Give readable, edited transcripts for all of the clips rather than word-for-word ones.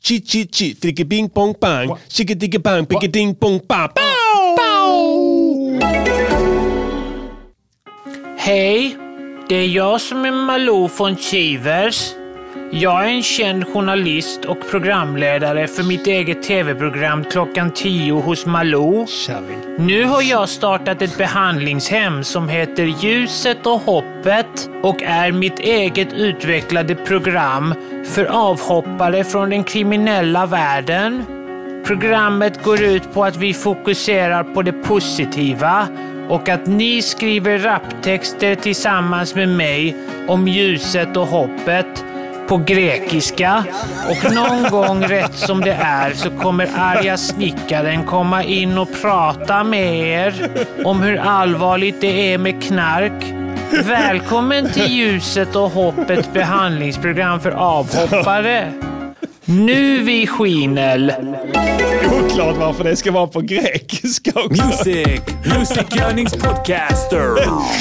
chi chi chi, ficka bing pong bang, chicka digga bang, picka ding pong ba. Hej, det är jag som är Malou von Sivers. Jag är en känd journalist och programledare för mitt eget tv-program klockan 10 hos Malou. Nu har jag startat ett behandlingshem som heter Ljuset och hoppet och är mitt eget utvecklade program för avhoppare från den kriminella världen. Programmet går ut på att vi fokuserar på det positiva och att ni skriver raptexter tillsammans med mig om ljuset och hoppet på grekiska, och någon gång rätt som det är så kommer arga snickaren komma in och prata med er om hur allvarligt det är med knark. Välkommen till Ljuset och hoppet behandlingsprogram för avhoppare. Nu vi skiner. Oklart varför det ska vara på grekiska också. Musikgörningspodcaster.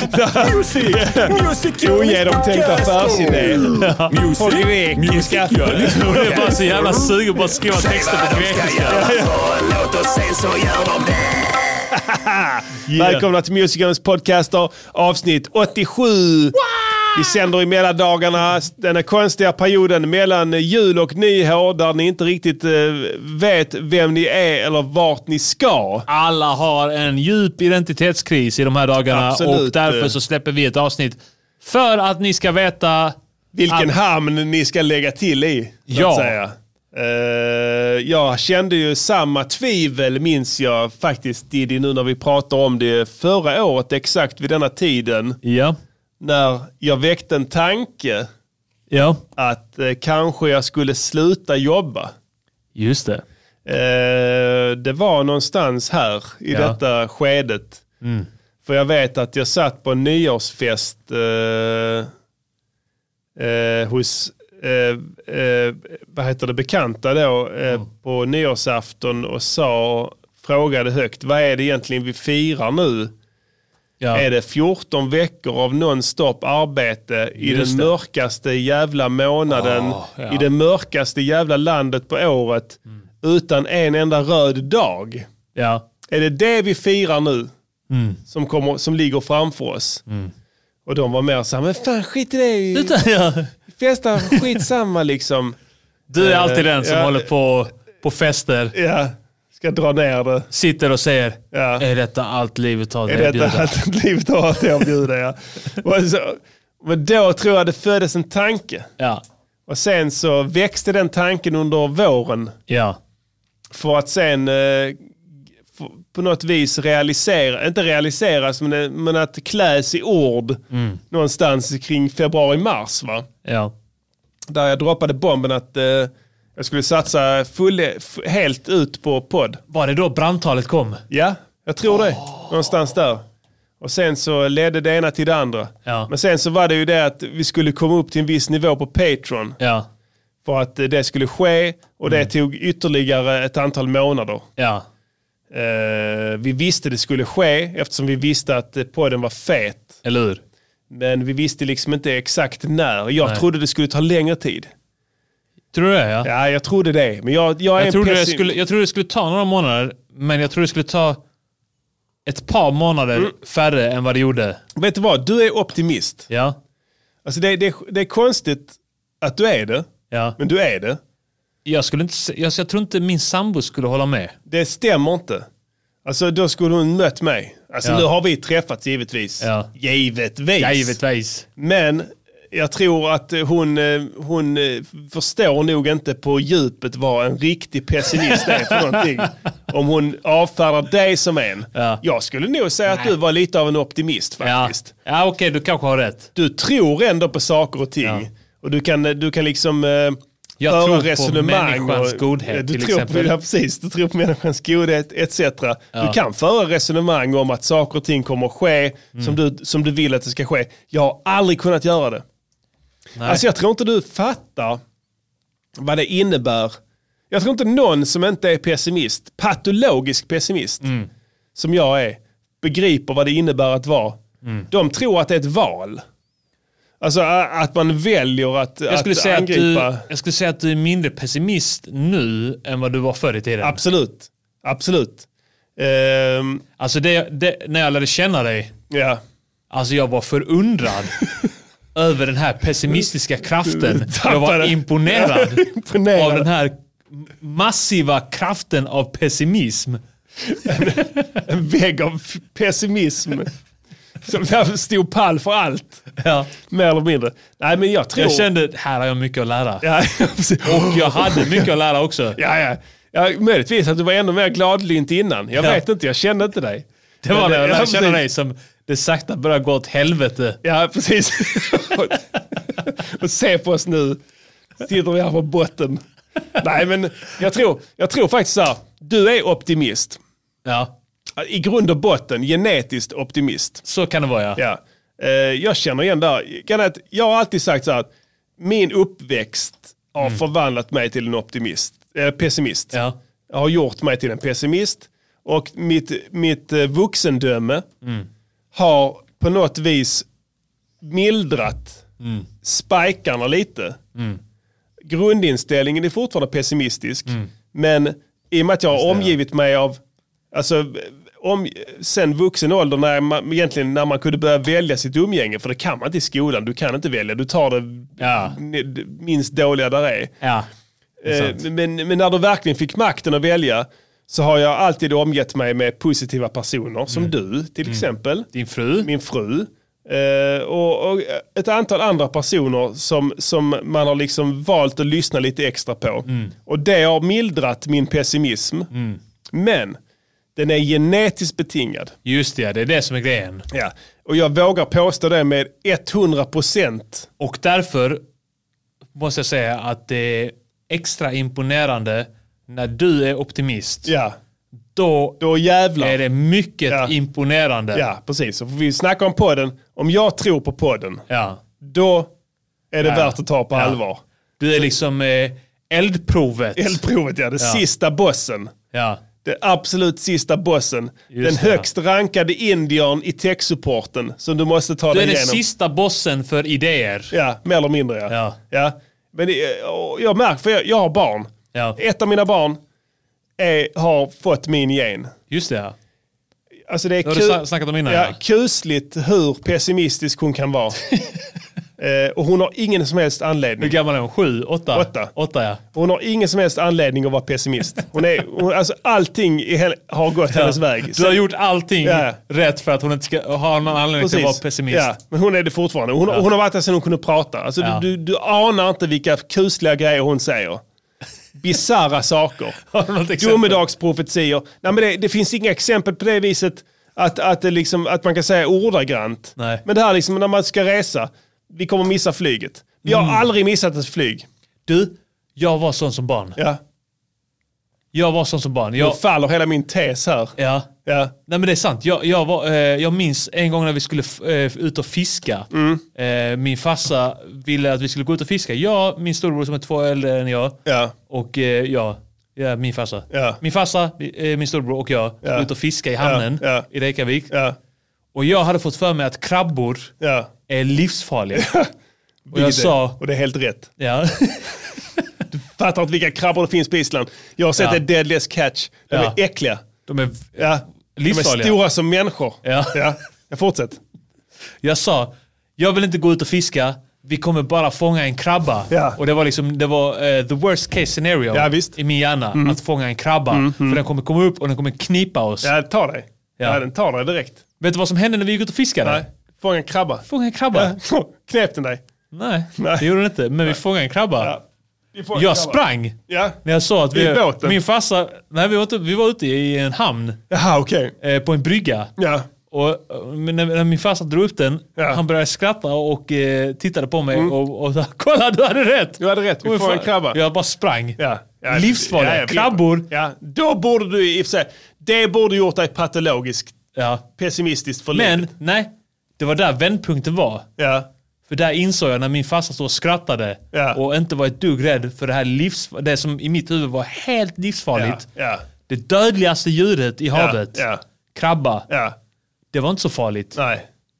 Music Ogenomtänkt affärsidé. På grekiska. Jag är bara så jävla sugen på att skriva texter på grekiska. Låt oss se så gör de det. Välkomna till Musikgörnings podcaster, avsnitt 87. Vi sänder i mellandagarna, den här konstiga perioden mellan jul och nyår där ni inte riktigt vet vem ni är eller vart ni ska. Alla har en djup identitetskris i de här dagarna. Absolut. Och därför så släpper vi ett avsnitt för att ni ska veta vilken hamn ni ska lägga till i, så att säga. Jag kände ju samma tvivel, minns jag faktiskt, Diddy, nu när vi pratar om det förra året exakt vid denna tiden. Ja. När jag väckte en tanke att kanske jag skulle sluta jobba. Just det. Det var någonstans här i detta skedet. Mm. För jag vet att jag satt på en nyårsfest hos vad heter det, bekanta då på nyårsafton och frågade högt, vad är det egentligen vi firar nu? Ja. Är det 14 veckor av non-stop arbete i den mörkaste jävla månaden, i det mörkaste jävla landet på året, utan en enda röd dag? Ja. Är det vi firar nu som ligger framför oss? Mm. Och de var mer så här, men fan skit i det. Festa skitsamma liksom. Du är alltid den som håller på fester. Ja. Ska dra ner det. Sitter och säger, är detta allt livet har att erbjuda? Är detta allt livet har att erbjuda, ja. Men då tror jag det föddes en tanke. Ja. Och sen så växte den tanken under våren. Ja. För att sen på något vis inte realiseras, men att kläs i ord någonstans kring februari-mars, va? Ja. Där jag droppade bomben att jag skulle satsa helt ut på podd. Var det då brandtalet kom? Ja, jag tror det. Någonstans där. Och sen så ledde det ena till det andra. Ja. Men sen så var det ju det att vi skulle komma upp till en viss nivå på Patreon. Ja. För att det skulle ske. Och det tog ytterligare ett antal månader. Ja. Vi visste det skulle ske eftersom vi visste att podden var fet. Eller hur? Men vi visste liksom inte exakt när. Jag trodde det skulle ta längre tid. Tror du det? Ja, jag trodde det. Men jag trodde det skulle ta några månader, men jag tror det skulle ta ett par månader färre än vad det gjorde. Vet du vad? Du är optimist. Ja. Alltså det är konstigt att du är det, men du är det. Jag tror inte min sambo skulle hålla med. Det stämmer inte. Alltså då skulle hon mött mig. Alltså nu har vi träffats givetvis. Ja. Givetvis. Men jag tror att hon förstår nog inte på djupet vad en riktig pessimist är för någonting. Om hon avfärdar dig som en. Ja. Jag skulle nog säga att du var lite av en optimist faktiskt. Ja, okej, du kanske har rätt. Du tror ändå på saker och ting. Ja. Och du kan liksom jag tror resonemang på människans godhet till exempel. Precis, du tror på människans godhet etc. Ja. Du kan föra resonemang om att saker och ting kommer att ske som du vill att det ska ske. Jag har aldrig kunnat göra det. Nej. Alltså jag tror inte du fattar vad det innebär. Jag tror inte någon som inte är pessimist, patologisk pessimist, som jag är, begriper vad det innebär att vara. De tror att det är ett val. Alltså att man väljer att angripa. Jag skulle säga att du är mindre pessimist nu än vad du var förr i tiden. Absolut. Alltså när jag lärde känna dig. Ja. Alltså jag var förundrad över den här pessimistiska kraften. Jag var imponerad av den här massiva kraften av pessimism. En vägg av pessimism. Som stod pall för allt. Ja. Mer eller mindre. Nej, men jag kände, här har jag mycket att lära. Ja, och jag hade mycket att lära också. Ja, möjligtvis att du var ännu mer gladlynt innan. Jag vet inte, jag kände inte dig. Det var när jag kände dig som det sakta började gå åt helvete. Ja, precis. Och se på oss nu. Sitter vi här på botten. Nej, men jag tror faktiskt så här. Du är optimist. Ja. I grund och botten, genetiskt optimist. Så kan det vara, ja. Jag känner igen där. Jag har alltid sagt så här att min uppväxt har förvandlat mig till en pessimist. Ja. Jag har gjort mig till en pessimist. Och mitt vuxendöme har på något vis mildrat spikarna lite. Grundinställningen är fortfarande pessimistisk. Men i och med att jag har omgivit mig av... Alltså, sen vuxen ålder när man kunde börja välja sitt umgänge, för det kan man inte i skolan, du kan inte välja, du tar det minst dåliga där är. Ja. Men när du verkligen fick makten att välja så har jag alltid omgett mig med positiva personer, som du till exempel. Din fru. Min fru. Och ett antal andra personer som man har liksom valt att lyssna lite extra på. Och det har mildrat min pessimism. Men den är genetiskt betingad. Just det, det är det som är grejen. Ja. Och jag vågar påstå det med 100%. Och därför måste jag säga att det är extra imponerande när du är optimist. Ja. Då jävlar är det mycket imponerande. Ja, precis. Så får vi snacka om podden. Om jag tror på podden, då är det värt att ta på allvar. Du är liksom eldprovet. Eldprovet, det sista bossen. Ja. Det absolut sista bossen. Den högst rankade indiern i tech-supporten som du måste ta dig igenom. Du är den sista bossen för idéer. Ja, mer eller mindre. Ja. Men jag märker, för jag har barn. Ja. Ett av mina barn har fått min gen. Just det. Alltså det är har du snackat om innan. Kusligt hur pessimistisk hon kan vara. Och hon har ingen som helst anledning. Hur gammal är hon? 7? 8? 8, ja. Hon har ingen som helst anledning att vara pessimist. Alltså allting har gått hennes väg. Du har gjort allting rätt för att hon inte ska ha någon anledning till att vara pessimist. Ja, men hon är det fortfarande. Hon har varit där sedan hon kunde prata. Alltså, du anar inte vilka kusliga grejer hon säger. Bizarra saker. Domedagsprofetier. Nej, men det finns inga exempel på det viset att man kan säga ordagrant. Nej. Men det här liksom, när man ska resa, vi kommer missa flyget. Vi har aldrig missat ett flyg. Du, jag var sån som barn. Ja. Jag var sån som barn. Nu faller hela min tes här. Ja. Nej, men det är sant. Jag minns en gång när vi skulle ut och fiska. Min farsa ville att vi skulle gå ut och fiska. Min storbror som är 2 år äldre än jag. Ja. Och min farsa. Ja. Min farsa, min storbror och jag skulle ut och fiska i hamnen i Reykjavik. Ja. Och jag hade fått för mig att krabbor är livsfarliga. Och jag sa... Och det är helt rätt. Ja. Du fattar inte vilka krabbor det finns på Island. Jag har sett ett Deadliest Catch. De är äckliga. De är livsfarliga. De är stora som människor. Ja. Jag fortsätter. Jag sa, jag vill inte gå ut och fiska. Vi kommer bara fånga en krabba. Ja. Och det var the worst case scenario i min hjärna. Att fånga en krabba. För den kommer komma upp och den kommer knipa oss. Ja, ta dig. Ja, den tar dig direkt. Vet du vad som hände när vi gick ut och fiskade? Nej. Fånga en krabba. Ja. Knäpp den dig. Nej, det gjorde den inte. Men vi fångade en krabba. Ja. Jag sprang när jag sa att min farsa... Nej, vi var ute i en hamn. Jaha, okej. På en brygga. Ja. Och när min farsa drog upp den, han började skratta och tittade på mig och sa, kolla, du hade rätt. Du hade rätt, vi får en krabba. Jag bara sprang. Ja. Livsfarliga krabbor. Ja, då borde du i och för sig... Det borde gjort dig patologiskt pessimistiskt för livet. Men, nej. Det var där vändpunkten var. Ja. För där insåg jag när min farsa stod och skrattade och inte var ett dugg rädd för det här det som i mitt huvud var helt livsfarligt. Ja. Det dödligaste djuret i havet. Ja. Krabba. Ja. Det var inte så farligt. Nej.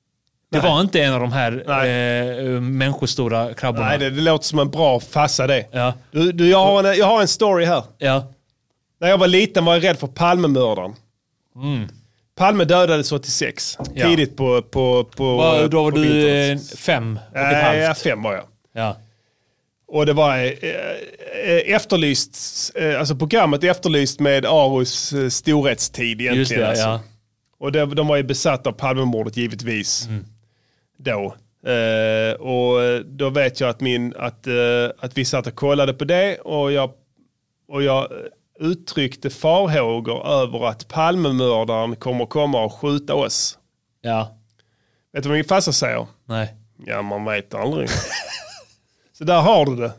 Det var inte en av de här människostora krabborna. Nej, det låter som en bra fassa det. Ja. Jag har en story här. Ja. När jag var liten var jag rädd för Palmemördaren. Palme dödades 86. Tidigt på då var du 5 och ett halvt. Ja, 5 var jag. Ja. Och det var efterlyst, alltså programmet efterlyst med Aros storhetstid egentligen. Just det, alltså. ja. Och de var ju besatta av Palmemordet givetvis. Då. Och då vet jag att vi satt och kollade på det och jag uttryckte farhågor över att Palmemördaren kommer komma och skjuta oss. Ja. Vet du vad min farsa säger? Nej. Ja, man vet aldrig. Så där har du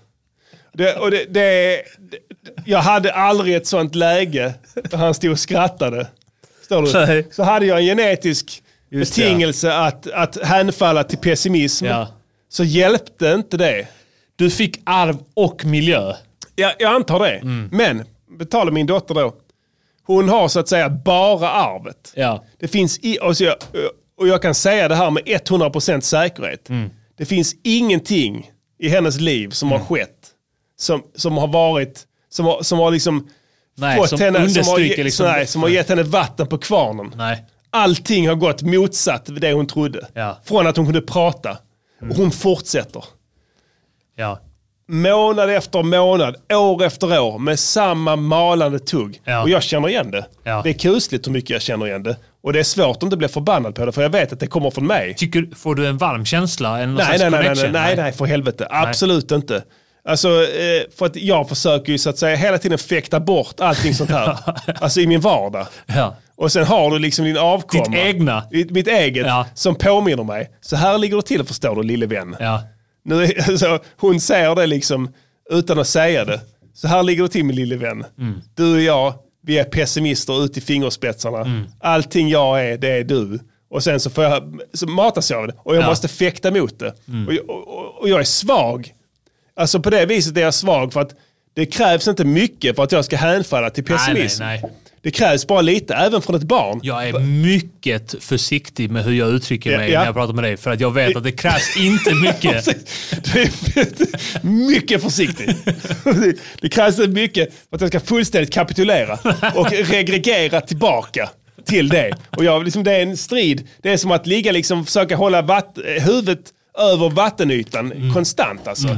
det. Jag hade aldrig ett sånt läge där han stod och skrattade. Så hade jag en genetisk betingelse att hänfalla till pessimism. Ja. Så hjälpte inte det. Du fick arv och miljö. Jag antar det. Men betalar min dotter då. Hon har så att säga bara arvet. Ja. Det finns och jag kan säga det här med 100% säkerhet. Det finns ingenting i hennes liv som har skett som har varit som har liksom fått henne som har gett henne vatten på kvarnen. Nej. Allting har gått motsatt det hon trodde. Ja. Från att hon kunde prata. Och hon fortsätter. Ja. Månad efter månad, år efter år med samma malande tugg. Ja. Och jag känner igen det. Ja. Det är kusligt hur mycket jag känner igen det. Och det är svårt att inte bli förbannad på det, för jag vet att det kommer från mig. Får du en varm känsla? Nej, för helvete. Absolut inte. Alltså, för att jag försöker ju så att säga hela tiden fäkta bort allting sånt här. Alltså i min vardag. Ja. Och sen har du liksom din avkomma. Ditt egna. Mitt eget som påminner mig. Så här ligger det till, förstår du, lille vän. Ja. Nu, alltså, hon säger det liksom utan att säga det. Så här ligger det till, min lille vän. Du och jag, vi är pessimister ut i fingerspetsarna. Allting jag är, det är du. Och sen så matas jag av det. Och jag måste fäkta mot det. Och jag är svag. Alltså på det viset är jag svag, för att det krävs inte mycket för att jag ska hänfalla till pessimism. Nej. Det krävs bara lite, även från ett barn. Jag är mycket försiktig med hur jag uttrycker mig när jag pratar med dig. För att jag vet att det krävs inte mycket. Du är mycket försiktig. Det krävs inte mycket för att jag ska fullständigt kapitulera och regregera tillbaka till det. Och det är en strid. Det är som att ligga liksom, försöka hålla huvudet över vattenytan konstant. Alltså.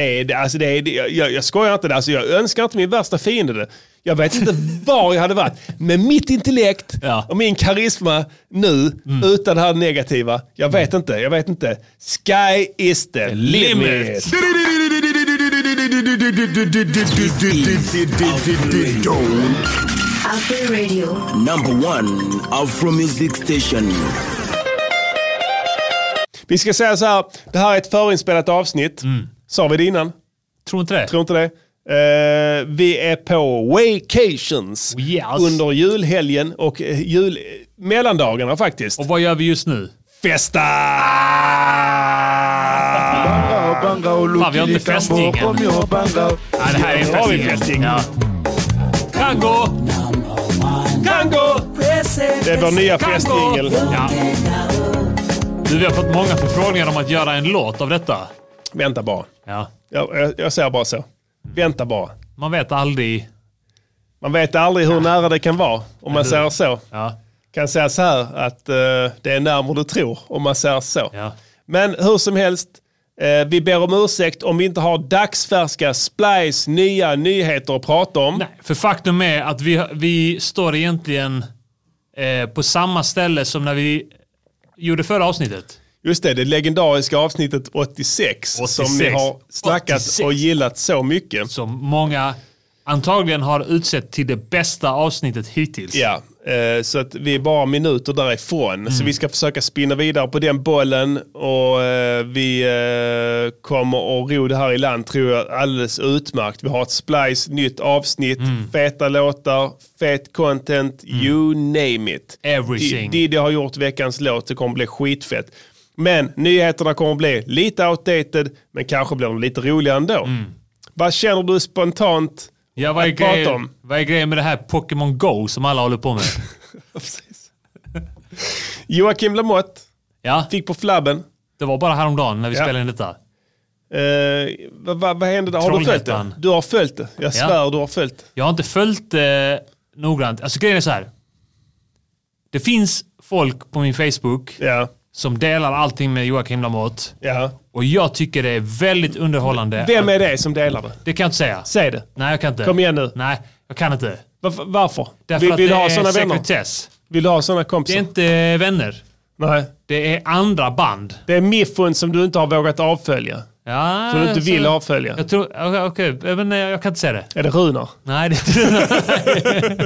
Jag skojar inte det. Alltså, jag önskar inte min värsta fiende det. Jag vet inte var jag hade varit. Med mitt intellekt och min karisma nu, utan det här negativa. Jag vet inte. Sky is the limit. Afro Radio. #1 Afro Music Station. Vi ska säga så här. Det här är ett förinspelat avsnitt. Sa vi det innan? Tror inte det. Vi är på vacations under julhelgen och mellandagarna faktiskt. Och vad gör vi just nu? Festa! Fan, vi har inte fästingen. Nej, det här är fästingen. Ja. Kango! Det är vår nya fästingel. Ja. Vi har fått många förfrågningar om att göra en låt av detta. Vänta bara. Ja. Jag säger bara så. Vänta bara. Man vet aldrig hur nära det kan vara om man säger så. Ja. Kan säga så här att det är närmare du tror om man säger så. Ja. Men hur som helst, vi ber om ursäkt om vi inte har dagsfärska splice, nya nyheter att prata om. Nej, för faktum är att vi står egentligen på samma ställe som när vi gjorde förra avsnittet. Just det legendariska avsnittet 86 som ni har snackat och gillat så mycket. Som många antagligen har utsett till det bästa avsnittet hittills. Ja, så att vi är bara minuter därifrån. Så vi ska försöka spinna vidare på den bollen och vi kommer att ro det här i land, tror jag, alldeles utmärkt. Vi har ett splice, nytt avsnitt, feta låtar, fet content, you name it. Everything. Diddy har gjort veckans låt, det kommer bli skitfett. Men nyheterna kommer bli lite outdated, men kanske blir de lite roligare ändå. Vad känner du spontant att prata om? Vad är grejen med det här Pokémon Go som alla håller på med? Joakim Lamotte Ja. Fick på flabben. Det var bara häromdagen när vi spelade in detta. Vad hände där? Har du följt det? Du har följt det. Jag svär du har följt det. Jag har inte följt det noggrant. Alltså grejen är så här. Det finns folk på min Facebook som delar allting med Joakim Lamotte. Ja. Och jag tycker det är väldigt underhållande. Vem är det som delar det? Det kan jag inte säga. Säg det. Nej, jag kan inte. Kom igen nu. Nej, jag kan inte. Varför? Därför vill du ha såna sekretess. Vill du ha såna kompisar? Det är inte vänner. Nej. Det är andra band. Det är miffun som du inte har vågat avfölja. Ja, som du inte vill avfölja. Jag tror, okej, men jag kan inte säga det. Är det Runar? Nej, det är inte Runar.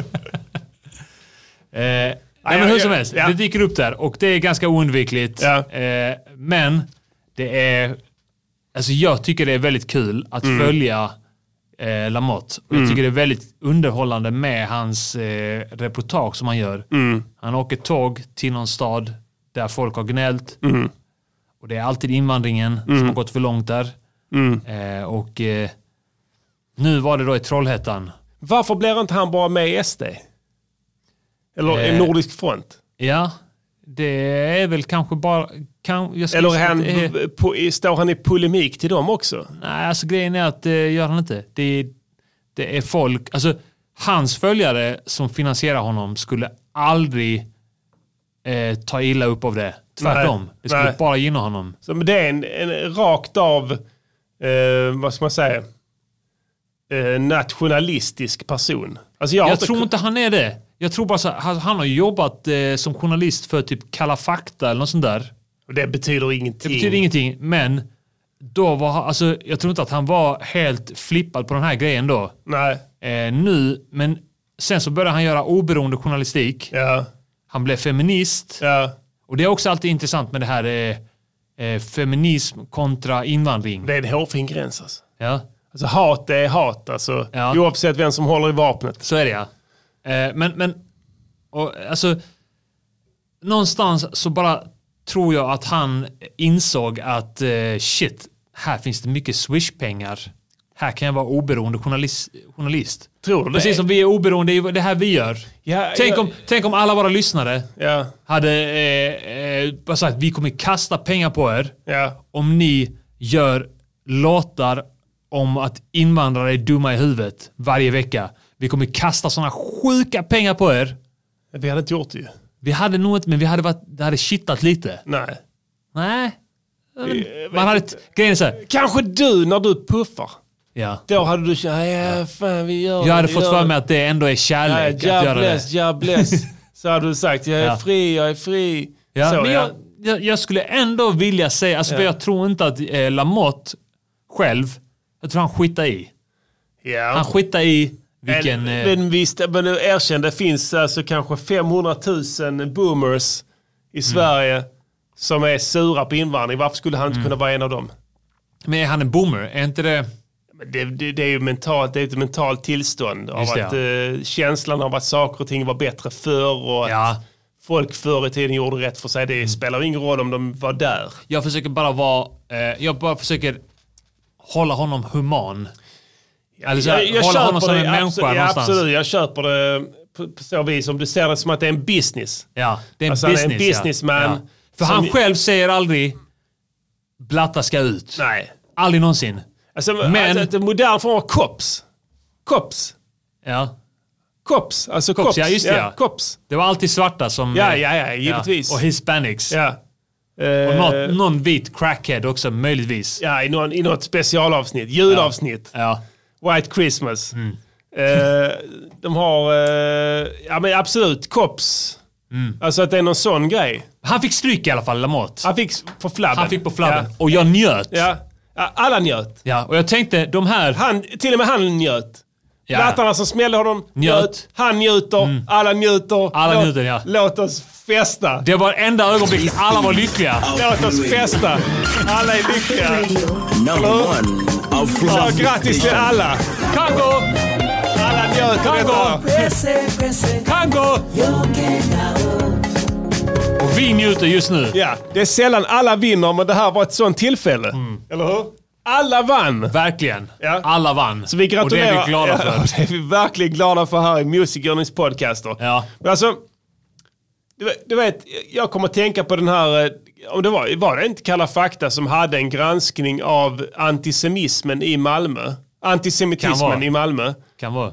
Nej, men hur som helst. Det dyker upp där och det är ganska oundvikligt. Ja. Men det är... Alltså jag tycker det är väldigt kul att följa Lamotte. Och jag tycker det är väldigt underhållande med hans reportage som han gör. Han åker tåg till någon stad där folk har gnällt. Och det är alltid invandringen som har gått för långt där. Och nu var det då i Trollhättan. Varför blir inte han bara med i SD? Eller en Nordisk front? Ja, det är väl kanske bara... Eller står han i polemik till dem också? Nej, alltså grejen är att det gör han inte. Det är folk... Alltså, hans följare som finansierar honom skulle aldrig ta illa upp av det. Tvärtom. Det skulle bara gynna honom. Så det är en rakt av... vad ska man säga? Nationalistisk person. Alltså jag tror inte han är det. Jag tror bara så han har jobbat som journalist för typ Kalla fakta eller något sånt där. Och det betyder ingenting. Det betyder ingenting, men då var alltså jag tror inte att han var helt flippad på den här grejen då. Nej. Nu, men sen så började han göra oberoende journalistik. Ja. Han blev feminist. Ja. Och det är också alltid intressant med det här feminism kontra invandring. Det är en hårfin gräns alltså. Ja. Alltså hat är hat alltså. Ja. Oavsett vem som håller i vapnet. Så är det ja. Men och, alltså någonstans så bara tror jag att han insåg att shit, här finns det mycket Swish-pengar. Här kan jag vara oberoende journalist. Tror du det? Precis som vi är oberoende i det här vi gör. Ja, tänk om alla våra lyssnare hade bara sagt vi kommer kasta pengar på er om ni gör låtar om att invandrare är dumma i huvudet varje vecka. Vi kommer kasta såna sjuka pengar på er. Vi hade inte gjort det ju. Vi hade nog inte, men det hade kittat lite. Nej. Man hade grejen är så här. Kanske du när du puffar. Ja. Då hade du känt, fan vi gör. Jag hade fått för mig att det ändå är kärlek att göra det. Jag bless. Så hade du sagt, jag är fri. Ja, så, men jag skulle ändå vilja säga, alltså för jag tror inte att Lamotte själv, jag tror han skittar i. Ja. Han skittar i vilken... Men visst, men erkänn, det finns alltså kanske 500 000 boomers i Sverige som är sura på invandring. Varför skulle han inte kunna vara en av dem? Men är han en boomer? Är inte det... Det är ju mentalt, det är ett mentalt tillstånd av att känslan av att saker och ting var bättre förr och att folk förr i tiden gjorde rätt för sig. Det spelar ingen roll om de var där. Jag försöker bara försöker hålla honom human. Alltså, jag hålla honom som en människa någonstans. Absolut, jag köper det på så vis om du ser det som att det är en business. Ja, det är en alltså, business. Han är en businessman. Ja. För han själv säger aldrig blatta ska ut. Nej. Aldrig någonsin. Alltså, men alltså, modern form av kops. Ja. Kops. Alltså kops. Ja, just det. Ja. Kops. Det var alltid svarta som... Ja, givetvis. Och hispanics. Ja. Och någon vit crackhead också, möjligtvis. Ja, i något specialavsnitt. Julavsnitt. Ja. White Christmas. De har... ja, men absolut. Kops. Alltså att det är någon sån grej. Han fick stryk i alla fall, Lamotte. Han fick på flabben. Ja. Och jag njöt. Ja. Alla njöt. Ja, och jag tänkte, de här... Till och med han njöt. Ja. Plattarna som smällde honom njöt. Han njuter. Alla njuter. Låt oss festa. Det var enda ögonblick alla var lyckliga. Låt oss festa. Alla är lyckliga. Så grattis till alla. Kango! Alla njöter. Kango! Och vi njuter just nu. Ja, det är sällan alla vinner, men det här var ett sånt tillfälle. Eller hur? Alla vann. Verkligen. Ja. Alla vann. Så vi gratulerar. Och det är vi glada för. Det är vi verkligen glada för här i Music Journeys podcaster. Ja. Men alltså, Du vet, jag kommer att tänka på den här, om det var det inte Kalla fakta som hade en granskning av antisemitismen i Malmö. Antisemitismen i Malmö. Kan vara.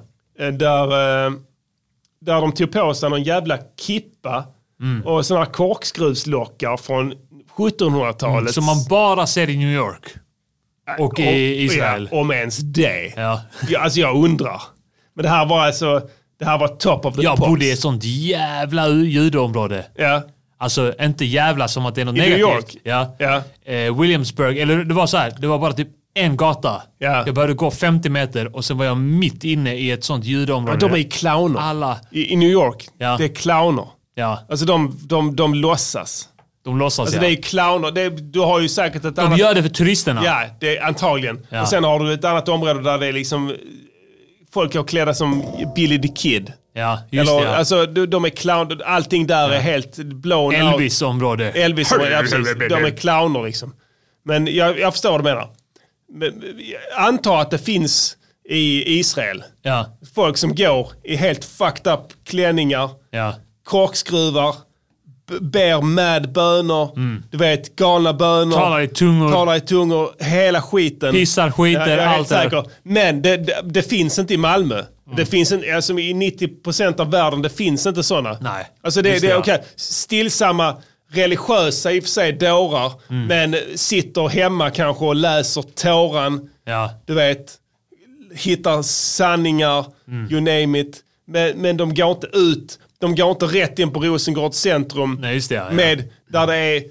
Där de tog på sig någon jävla kippa och sådana korkskruvslockar från 1700-talet. Som man bara ser i New York. Och i Israel. Ja, om ens det. Ja. Alltså jag undrar. Men det här var top of the pops. Jag bodde i ett sånt jävla judeområde. Ja. Alltså inte jävla som att det är något negativt. New York. Ja. Williamsburg, eller det var så här, det var bara typ en gata. Ja. Jag började gå 50 meter och sen var jag mitt inne i ett sånt judeområde. Ja, de är clowner. Alla. I New York, det är clowner. Ja. Alltså de låtsas. De låtsas, alltså det är clowner. Du har ju säkert ett annat... De gör det för turisterna. Ja, det är antagligen. Ja. Och sen har du ett annat område där det är liksom... Folk är klädda som Billy the Kid. Ja, just det. Ja. Alltså de är clowner. Allting där är helt blown Elvis-område. Elvis-område, ja, precis. De är clowner liksom. Men jag förstår vad du menar. Men, jag antar att det finns i Israel. Ja. Folk som går i helt fucked up klänningar. Ja. Korkskruvar. Ber med bönor. Du vet, galna bönor. Talar i tungor. Hela skiten. Pissar skiter, allt det. Men det finns inte i Malmö. Det finns inte, alltså i 90% av världen, det finns inte sådana. Nej. Alltså det är okej. Stillsamma, religiösa i och för sig dårar. Men sitter hemma kanske och läser Toran. Ja. Du vet, hittar sanningar, you name it. Men de går inte ut. De går inte rätt in på Rosengårds centrum. Nej, just det, ja. Med där det är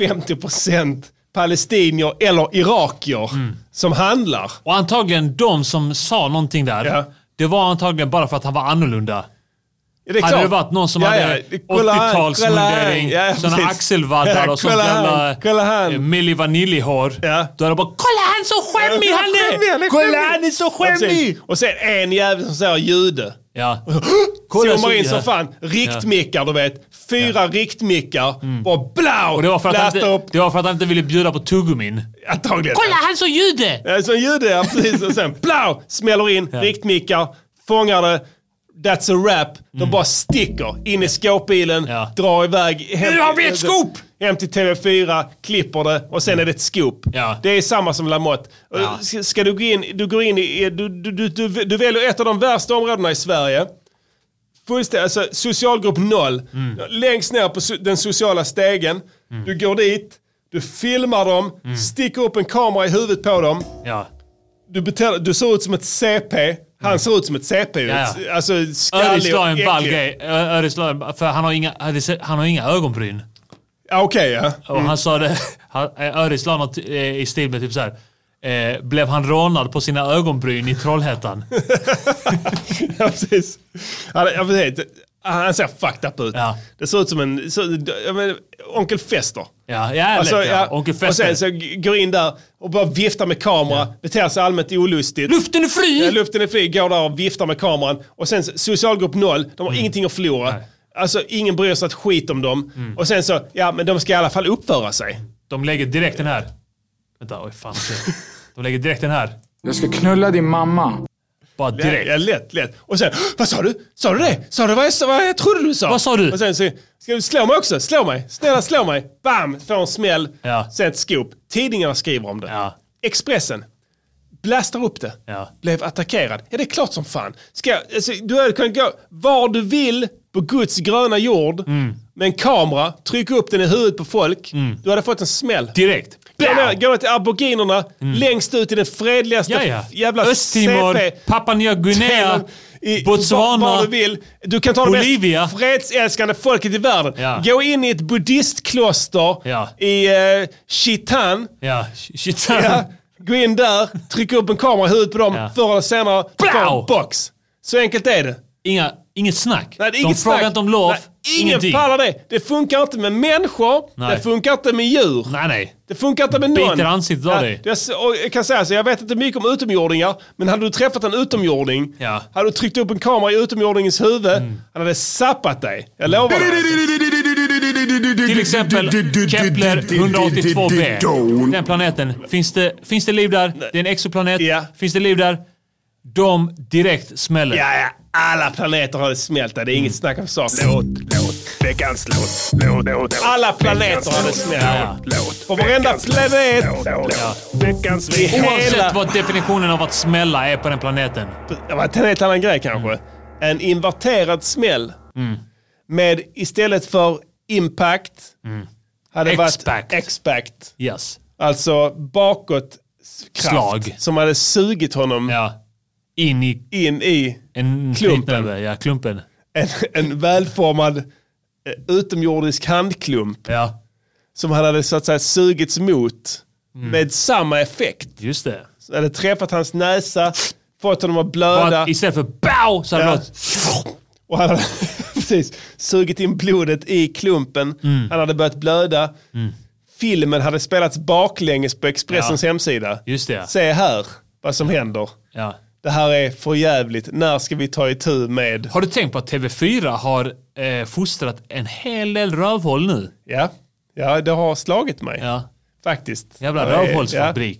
50% palestinier eller irakier som handlar. Och antagligen de som sa någonting där, det var antagligen bara för att han var annorlunda. Ja, det hade det varit någon som hade 80-talsmundering, sådana axelvaddar och sånt jävla Milli Vanilli-hår. Ja. Då hade det bara, kolla han så skämmig han är! Kolla han är så skämmig! Och sen en jävel som säger jude. Ja. Zoomar in som fan. Riktmickar, du vet. 4 riktmickar. Och blau! Och det var för att han inte ville bjuda på tuggummin. Antagligen. Kolla han så jude! Ja, så jude, ja, precis. Och sen blau! Smäller in, riktmickar, fångar det. That's a rap. De bara sticker in i skåpbilen, drar iväg. Nu har vi ett scoop! Hem till TV4, klipper det och sen är det ett scoop. Ja. Det är samma som Lamotte. Ja. Ska du gå in, du väljer ett av de värsta områdena i Sverige. Alltså socialgrupp 0. Längst ner på den sociala stegen. Du går dit, du filmar dem, sticker upp en kamera i huvudet på dem. Ja. Du ser ut som ett CP. Han ser ut som ett CP. Ja. Alltså skallig och äcklig. För han har inga ögonbryn. Ja, okej, ja. Och han sa det, Öris la något i stil med typ så här. Blev han rånad på sina ögonbryn i Trollhättan? Ja, precis. Han ser fucked up ut. Ja. Det ser ut som Onkel Fester. Onkel Fester. Och sen så går in där och bara viftar med kamera. Beter sig allmänt olustigt. Luften är fri! Ja, luften är fri. Går där och viftar med kameran. Och sen socialgrupp 0. De har ingenting att förlora. Nej. Alltså ingen bryr sig att skit om dem. Och sen så, men de ska i alla fall uppföra sig. De lägger direkt den här. Vänta, De lägger direkt den här. Jag ska knulla din mamma. Bara direkt. Ja, lätt. Och sen, vad sa du? Sa du det? Sa du vad jag trodde du sa? Vad sa du? Och sen så, ska du slå mig också? Slå mig. Snälla slå mig. Bam! Får en smäll. Ja. Sen ett scoop. Tidningarna skriver om det. Ja. Expressen blastar upp det. Ja. Blev attackerad. Ja, det är klart som fan. Du hade kunnat gå var du vill på Guds gröna jord med en kamera, trycka upp den i huvudet på folk. Du hade fått en smäll. Direkt. Gå till aboriginerna, längst ut i den fredligaste jävla Östtimor, CP. Papua Nya Guinea, Botswana, var du vill. Du kan ta Bolivia. Det mest fredsälskande folket i världen. Ja. Gå in i ett buddhistkloster i Chitan. Chitan. Ja. Gå in där, trycka upp en kamera i huvudet på dem, förr eller senare få en box. Så enkelt är det. Inget snack. Nej, de frågar inte om lov. Ingen pallar det. Det funkar inte med människor. Nej. Det funkar inte med djur. Nej. Det funkar inte med någon. Biter ansiktet av dig. Jag kan säga så, jag vet inte mycket om utomjordingar, men hade du träffat en utomjording, hade du tryckt upp en kamera i utomjordingens huvud, han hade sappat dig. Jag lovar dig. Till exempel Kepler 182b. Den planeten. Finns det liv där? Det är en exoplanet. Finns det liv där? De direkt smäller. Ja. Alla planeter hade smält. Det är inget snack om saker. Låt, veckans låt. Alla planeter hade smält. På varenda planet. Oavsett vad definitionen av att smälla är på den planeten. Det var en helt annan grej kanske. En inverterad smäll. Med istället för impact hade varit expect. Yes. Alltså bakåt kraft slag som hade sugit honom in i en klumpen. Klumpen. En välformad utomjordisk handklump som han hade så att säga sugits mot med samma effekt. Just det. Så hade träffat hans näsa, fått honom att blöda. Istället för bow så hade och han hade precis sugit in blodet i klumpen. Han hade börjat blöda. Filmen hade spelats baklänges på Expressens hemsida. Just det. Se här vad som händer. Ja. Det här är för jävligt. När ska vi ta itu med... Har du tänkt på att TV4 har fostrat en hel del rövhåll nu? Ja, det har slagit mig. Ja. Faktiskt. Jävla rövhållsfabrik.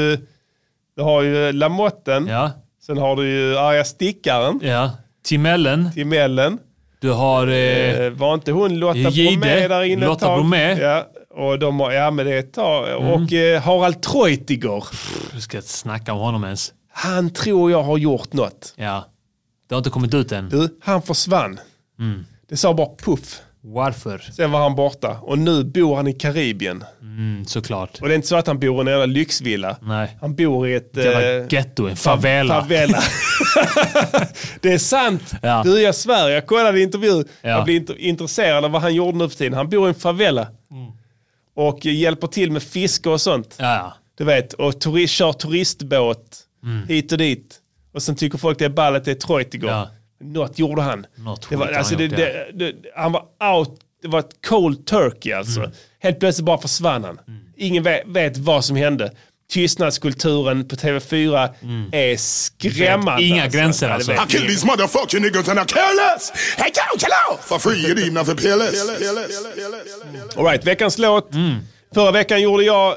Du har ju Lamotten. Ja. Sen har du ju Arga Stickaren. Ja. Timellen. Du har... var inte hon Lotta Bromé där inne? Lotta Bromé. Ja. Och de har... men det är ett tag. Och Harald Treutiger. Du ska inte snacka om honom ens. Han tror jag har gjort något. Ja. Det har inte kommit ut än. Du, han försvann. Det sa bara puff. Varför? Sen var han borta. Och nu bor han i Karibien. Såklart. Och det är inte så att han bor i en jävla lyxvilla. Nej. Han bor i ett... ghetto, en favela. Det är sant. Ja. Du, jag svär. Jag kollade intervju. Jag blir intresserad av vad han gjorde nu för tiden. Han bor i en favela. Och hjälper till med fiske och sånt. Ja. Du vet. Och kör turistbåt. Hit och dit. Och sen tycker folk det är ballet, det är Treutiger. Ja. Något gjorde han. Han var out. Det var ett cold turkey alltså. Helt plötsligt bara försvann han. Ingen vet vad som hände. Tystnadskulturen på TV4 är skrämmande. Inga gränser alltså. I kill these motherfucking niggas and I careless. Hey, kill for free, you need nothing peerless. All right, veckans låt. Förra veckan gjorde jag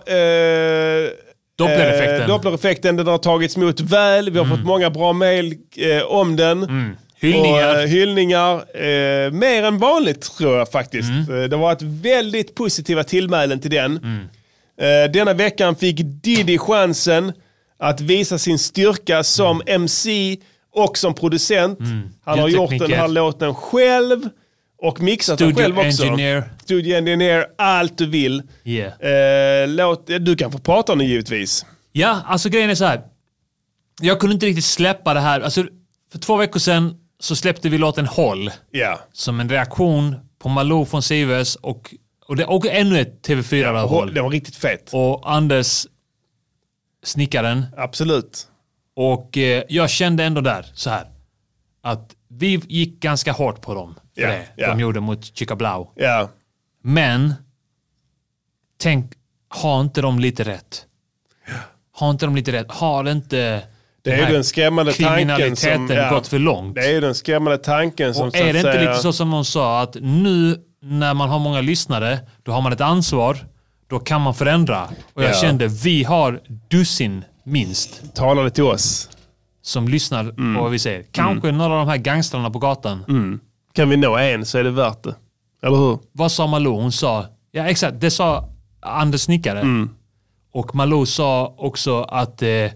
Dopplereffekten. Den har tagits emot väl. Vi har fått många bra mejl om den. Hyllningar. Mer än vanligt tror jag faktiskt. Det var ett väldigt positiva tillmälen till den. Denna veckan fick Diddy chansen att visa sin styrka som MC och som producent. Han har gjort den här låten själv och mixat den själv också. Studio engineer, allt du vill. Du kan få prata om det givetvis. Ja, alltså grejen är så här. Jag kunde inte riktigt släppa det här. Alltså, för 2 veckor sedan så släppte vi låten Håll. Som en reaktion på Malou von Sivers och ännu ett TV4-håll. Det var riktigt fett. Och Anders Snickaren. Absolut. Och jag kände ändå där så här att vi gick ganska hårt på dem för det de gjorde mot Chica Blau. Men tänk, har inte de lite rätt? Har inte det är den skrämmande tanken som gått för långt? Det är den skrämmande tanken som... Och är det inte lite så som de sa att nu när man har många lyssnare, då har man ett ansvar, då kan man förändra. Och jag kände, vi har dussin minst. Talade till oss. Som lyssnar på vad vi säger. Kanske några av de här gangstrarna på gatan. Kan vi nå en så är det värt det. Eller hur? Vad sa Malou? Hon sa, ja exakt, det sa Anders Snickare. Och Malou sa också att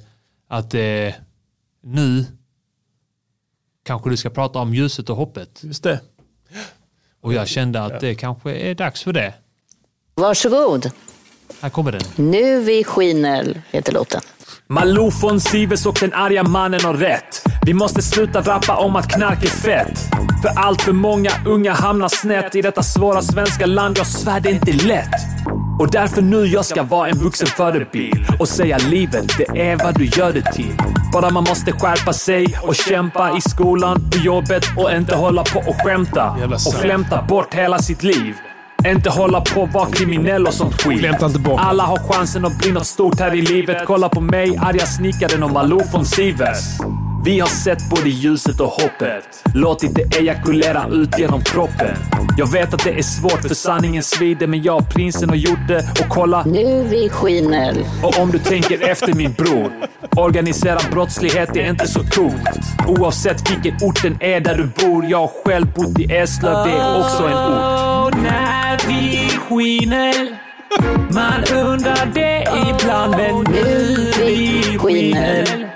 nu kanske du ska prata om ljuset och hoppet. Just det. Och jag kände att det kanske är dags för det. Varsågod. Här kommer den. Nu vi skiner, heter låten. Malou von Sivers och den arga mannen har rätt. Vi måste sluta rappa om att knark är fett. För allt för många unga hamnar snett i detta svåra svenska land. Jag svär det är inte lätt. Och därför nu jag ska vara en vuxen förebild och säga livet, det är vad du gör det till. Bara man måste skärpa sig och kämpa i skolan, på jobbet och inte hålla på och skämta. Och flämta bort hela sitt liv. Inte hålla på att vara kriminell och sånt skit. Alla har chansen att bli något stort här i livet. Kolla på mig, arga snickaren och Malou von Sivers. Vi har sett både ljuset och hoppet. Låtit det ejakulera ut genom kroppen. Jag vet att det är svårt för sanningen svider, men jag och prinsen har gjort det. Och kolla, nu vi skiner. Och om du tänker efter min bror, organisera brottslighet är inte så coolt. Oavsett vilken orten är där du bor. Jag har själv bott i Eslöv, det är också en ort. När vi skiner, man undrar det ibland, men nu vi skiner.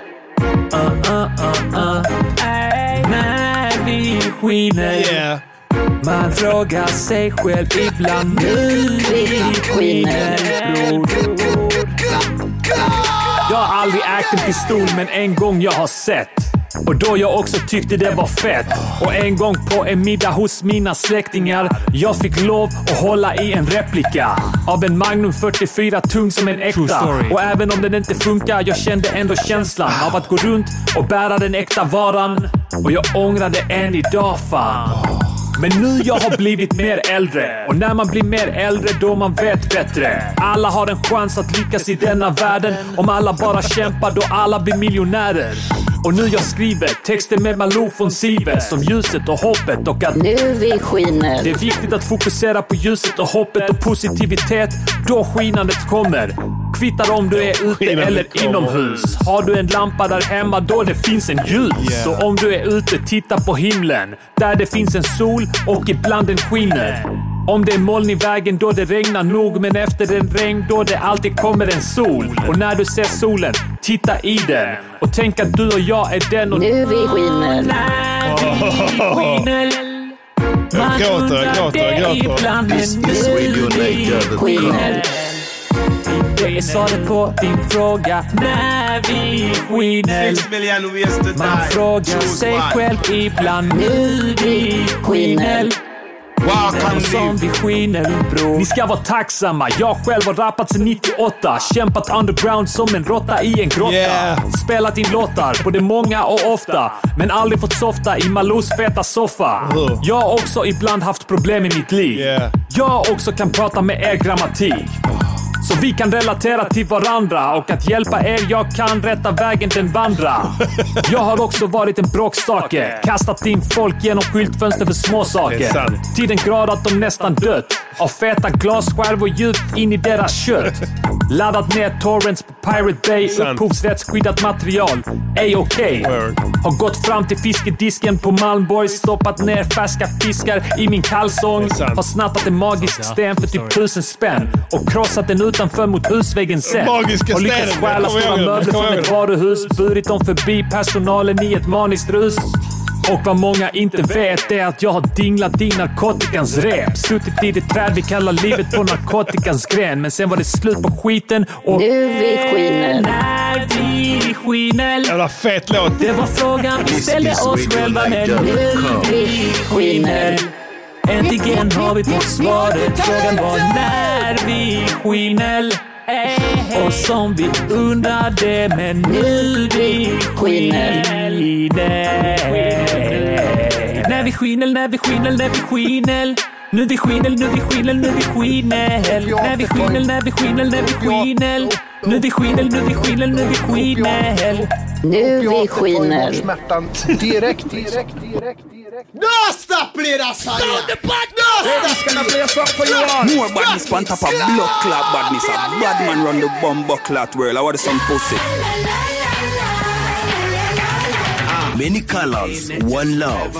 När vi skiner, man frågar sig själv ibland, nu vi skiner. Jag har aldrig ägt en pistol, men en gång jag har sett. Och då jag också tyckte det var fett. Och en gång på en middag hos mina släktingar, jag fick lov att hålla i en replika av en Magnum 44 tung som en äkta. Och även om den inte funkar, jag kände ändå känslan av att gå runt och bära den äkta varan. Och jag ångrade än idag, fan. Men nu jag har blivit mer äldre. Och när man blir mer äldre då man vet bättre. Alla har en chans att lyckas i denna världen. Om alla bara kämpar då alla blir miljonärer. Och nu jag skriver texter med Malou von Sivers om ljuset och hoppet och att nu vi skiner. Det är viktigt att fokusera på ljuset och hoppet och positivitet. Då skinandet kommer. Kvittar om du är ute eller inomhus. Har du en lampa där hemma då det finns en ljus. Så om du är ute, titta på himlen. Där det finns en sol och ibland den skiner. Om det är moln i vägen då det regnar nog. Men efter en regn då det alltid kommer en sol. Och när du ser solen, titta i den. Och tänk att du och jag är den och nu vi skiner. När vi skiner, man undrar det ibland, men nu vi skiner. Det är svaret på din fråga. När vi skiner, man frågar sig själv ibland, nu vi skiner. Som vi skiner, bro. Ni ska vara tacksamma. Jag själv har rappat sedan 98. Kämpat underground som en råtta i en grotta. Spelat in låtar, både många och ofta. Men aldrig fått softa i Malous feta soffa. Jag har också ibland haft problem i mitt liv. Jag också kan prata med er grammatik. Så vi kan relatera till varandra. Och att hjälpa er, jag kan rätta vägen den vandra. Jag har också varit en bråkstake. Kastat in folk genom skyltfönster för små saker. Till den grad att de nästan dött. Av feta glasskärvor djupt in i deras kött. Laddat ner torrents på Pirate Bay. Upphovsrättsskyddat material. Okej. Har gått fram till fiskedisken på Malmborg. Stoppat ner färska fiskar i min kalsong. Har snattat en magisk sten för typ 1000 spänn. Och krossat den utanför mot husväggen sen. Har lyckats stjäla stora möbler från ett varuhus. Burit dem förbi personalen i ett maniskt rus. Och vad många inte vet är att jag har dinglat i narkotikans rep. Suttit i det träd vi kallar livet på narkotikans gren. Men sen var det slut på skiten och nu vi skiner. När vi skiner. Jävla fet låt. Det var frågan vi ställde oss själva, men nu vi skiner. Äntligen har vi fått svaret. Frågan var när vi skiner. Och som vi undrade, men nu vi skiner. När vi skiner, när vi skiner, när vi skiner. Nu vi skiner, nu vi skiner, nu vi skiner. När vi skiner, när vi skiner, när vi skiner. Nu vi skiner, nu vi skiner, nu vi skiner. Nu vi skiner. Direkt. No stop play that song. That's gonna play a song for you all. More badness on top of blood clot badness. A bad man run the bomb clot world. I want some pussy. Many colors, one love.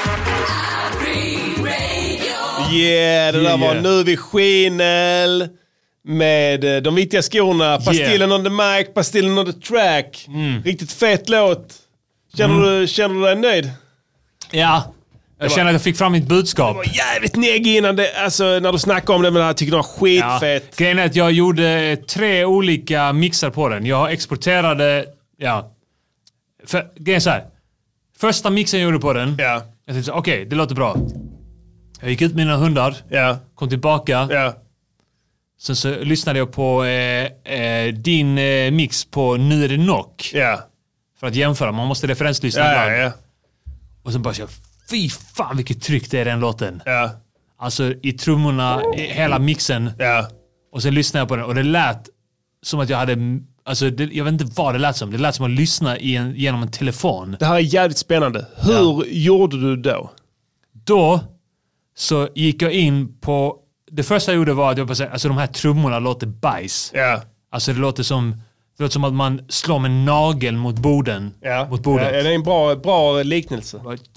Yeah, det där var Nu vi skiner. Med de viktiga skorna. Pastillen on the mic, pastillen on the track. Riktigt fet låt. Känner du dig nöjd? Ja, jag känner att jag fick fram mitt budskap. Det var jävligt neggig innan det, alltså när du snackade om det, men jag tycker det var skitfett. Ja. Grejen är att jag gjorde 3 olika mixar på den. Jag exporterade, för grejen är så här. Första mixen jag gjorde på den, jag tänkte okej, det låter bra. Jag gick ut med mina hundar, kom tillbaka. Sen så lyssnade jag på din mix på Nu är det knock. För att jämföra, man måste referenslyssna ibland. Och sen bara så fy fan vilket tryck det är den låten. Alltså i trummorna, hela mixen. Och sen lyssnade jag på den och det lät som att jag hade Alltså, jag vet inte vad det lät som. Det lät som att lyssna genom en telefon. Det här är jävligt spännande. Hur gjorde du då? Då så gick jag in på... Det första jag gjorde var att jag bara säga, alltså de här trummorna låter bajs. Ja. Alltså det låter som att man slår med nagel mot borden. Ja. Mot bordet. Ja, det är en bra liknelse.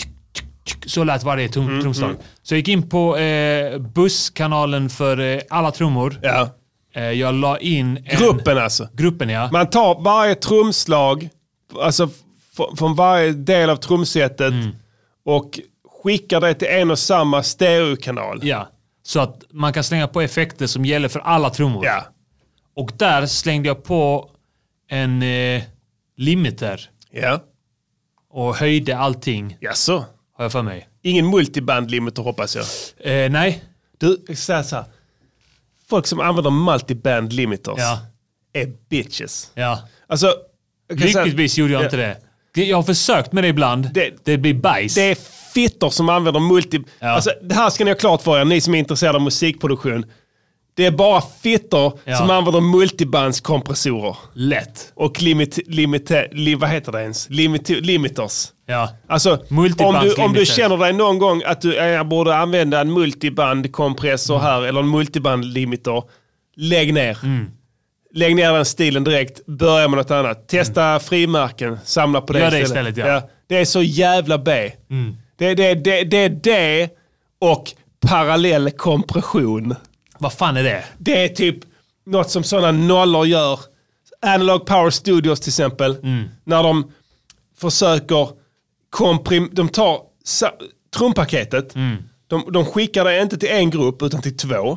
Så lät varje trumslag. Så jag gick in på busskanalen för alla trummor. Ja. Jag la in... Gruppen alltså. Gruppen, ja. Man tar varje trumslag, alltså från varje del av trumsetet och skickar det till en och samma stereokanal. Ja, så att man kan slänga på effekter som gäller för alla trummor. Ja. Och där slängde jag på en limiter. Ja. Och höjde allting. Jaså? Har jag för mig. Ingen multiband-limiter hoppas jag. Nej. Du, jag säger så här. Folk som använder multiband limiters är bitches. Ja. Alltså, lyckligtvis gjorde jag inte det. Jag har försökt med det ibland. Det blir bajs. Det är fittor som använder Alltså, det här ska ni ha klart för er, ni som är intresserade av musikproduktion. Det är bara fittor som använder multibandskompressorer. Lätt. Och vad heter det ens? Limiters. Ja. Alltså, om du känner dig någon gång att jag borde använda en multibandkompressor här eller en multibandlimiter, lägg ner. Lägg ner den stilen direkt, börja med något annat. Testa frimärken, samla på det istället. Ja. Det är så jävla B. Det är det och parallell kompression. Vad fan är det? Det är typ något som sådana nollor gör. Analog Power Studios till exempel. När de försöker de tar trumpaketet. De skickar det inte till en grupp utan till 2.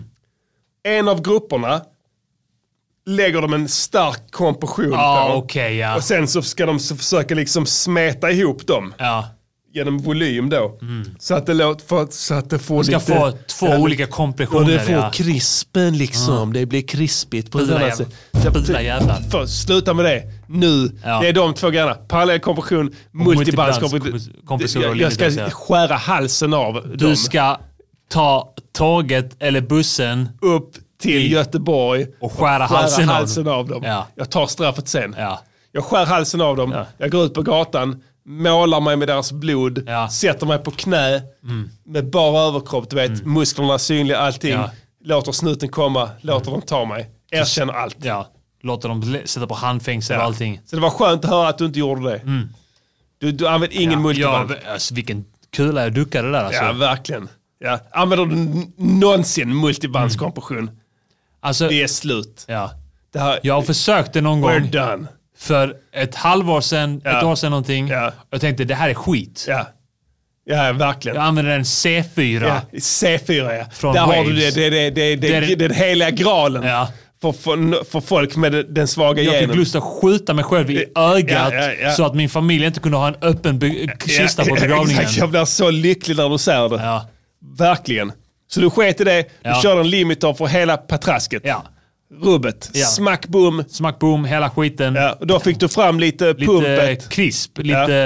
En av grupperna lägger de en stark kompression på. Okay, och sen så ska de försöka liksom smeta ihop dem. Genom volym då. Så att det låter så att det får lite... ska få 2 olika kompressioner. Och det får krispen liksom. Det blir krispigt på det här. Sluta med det. Nu. Det är de 2 grejerna. Parallell kompression, multibandskompression. Jag ska skära halsen av dem. Du ska ta tåget eller bussen upp till Göteborg och skära halsen av dem. Ja. Jag tar straffet sen. Jag skär halsen av dem. Jag går ut på gatan, målar mig med deras blod, sätter mig på knä med bara överkropp, du vet, musklerna synliga, allting. Låter snuten komma, låter dem ta mig. Erkänner allt. Låter dem sätta på handfängsel och allting. Så det var skönt att höra att du inte gjorde det. Du använder ingen multiband. Alltså, vilken kula jag duckade där alltså. Ja, verkligen. Ja. Använder du någonsin multibandskompression? Alltså, det är slut. Jag försökte någon gång. We're done. För ett halvår sedan, ett år sedan någonting. Jag tänkte, det här är skit. Ja, verkligen. Jag använder en C4. C4, Från där Waves. har du det är den heliga gralen. För folk med den svaga genen. Jag fick lust att skjuta mig själv i ögat så att min familj inte kunde ha en öppen kista på begravningen. Exakt, jag blir så lycklig när du säger det. Verkligen. Så du sket i det, du körde en limiter för hela patrasket. Rubbet. Smack boom, hela skiten. Och då fick du fram lite pumpet. Krisp,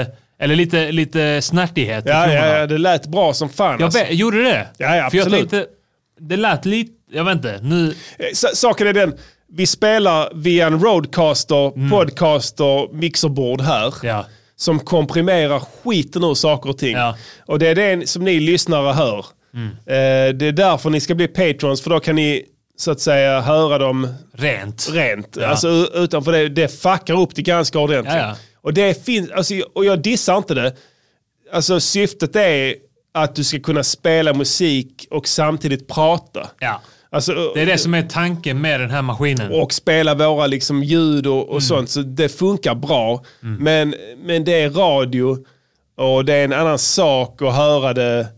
eller lite snärtighet. Det lät bra som fan. Gjorde det? Ja, absolut. För jag tänkte, det lät lite, jag vet inte, nu... Saken är den, vi spelar via en Rodecaster, podcaster, mixerbord här. Som komprimerar skiten ur saker och ting. Och det är det som ni lyssnare hör. Det är därför ni ska bli patrons, för då kan ni så att säga höra dem rent. Alltså utanför det fuckar upp det ganska ordentligt. Och det finns, alltså, och jag dissar inte det. Alltså syftet är att du ska kunna spela musik och samtidigt prata. Alltså, det är det som är tanken med den här maskinen. Och spela våra liksom ljud och sånt. Så det funkar bra. Men det är radio och det är en annan sak att höra det.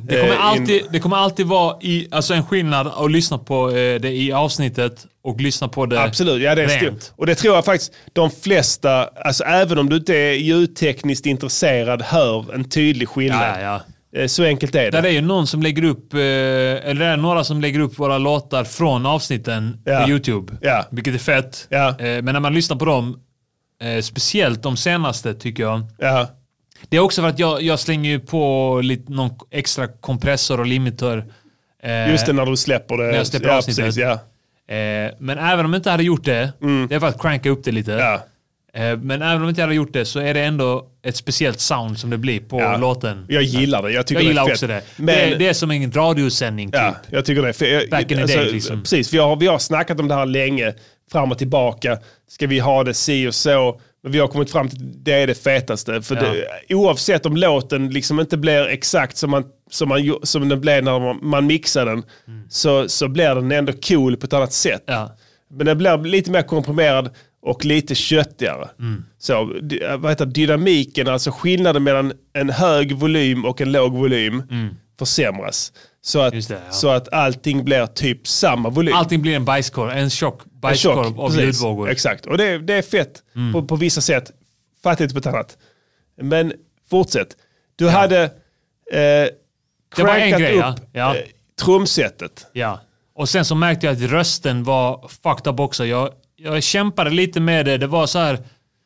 Det kommer alltid vara alltså en skillnad att lyssna på det i avsnittet och lyssna på det. Absolut, det är stort. Och det tror jag faktiskt de flesta, alltså även om du inte är ljudtekniskt intresserad, hör en tydlig skillnad. Så enkelt är det. Där är ju någon som lägger upp, eller det är några som lägger upp våra låtar från avsnitten på YouTube. Vilket är fett. Men när man lyssnar på dem, speciellt de senaste tycker jag. Det är också för att jag slänger ju på någon extra kompressor och limiter. Just det, när du släpper det. När jag släpper avsnittet. Precis, Men även om jag inte hade gjort det, det är för att cranka upp det lite. Ja. Men även om jag inte hade gjort det så är det ändå ett speciellt sound som det blir på låten. Jag gillar det. Jag gillar det är också fett. det. Men det är som en radiosändning typ. Ja, jag tycker det är fett. Back in the day liksom. Precis, vi har snackat om det här länge. Fram och tillbaka. Ska vi ha det si och så? Men vi har kommit fram till att det är det fetaste. För oavsett om låten liksom inte blir exakt som den blev när man mixar den, så blir den ändå cool på ett annat sätt. Ja. Men den blir lite mer komprimerad och lite köttigare. Så vad heter dynamiken, alltså skillnaden mellan en hög volym och en låg volym försämras. Så att allting blir typ samma volym. Allting blir en bajskorv, en tjock bajskorv av ljudvågor. Exakt, och det är fett på vissa sätt. Fattigt på ett annat. Men fortsätt. Du hade crankat upp trumsetet. Ja, och sen så märkte jag att rösten var fucked up också. Jag kämpade lite med det. Det var så här...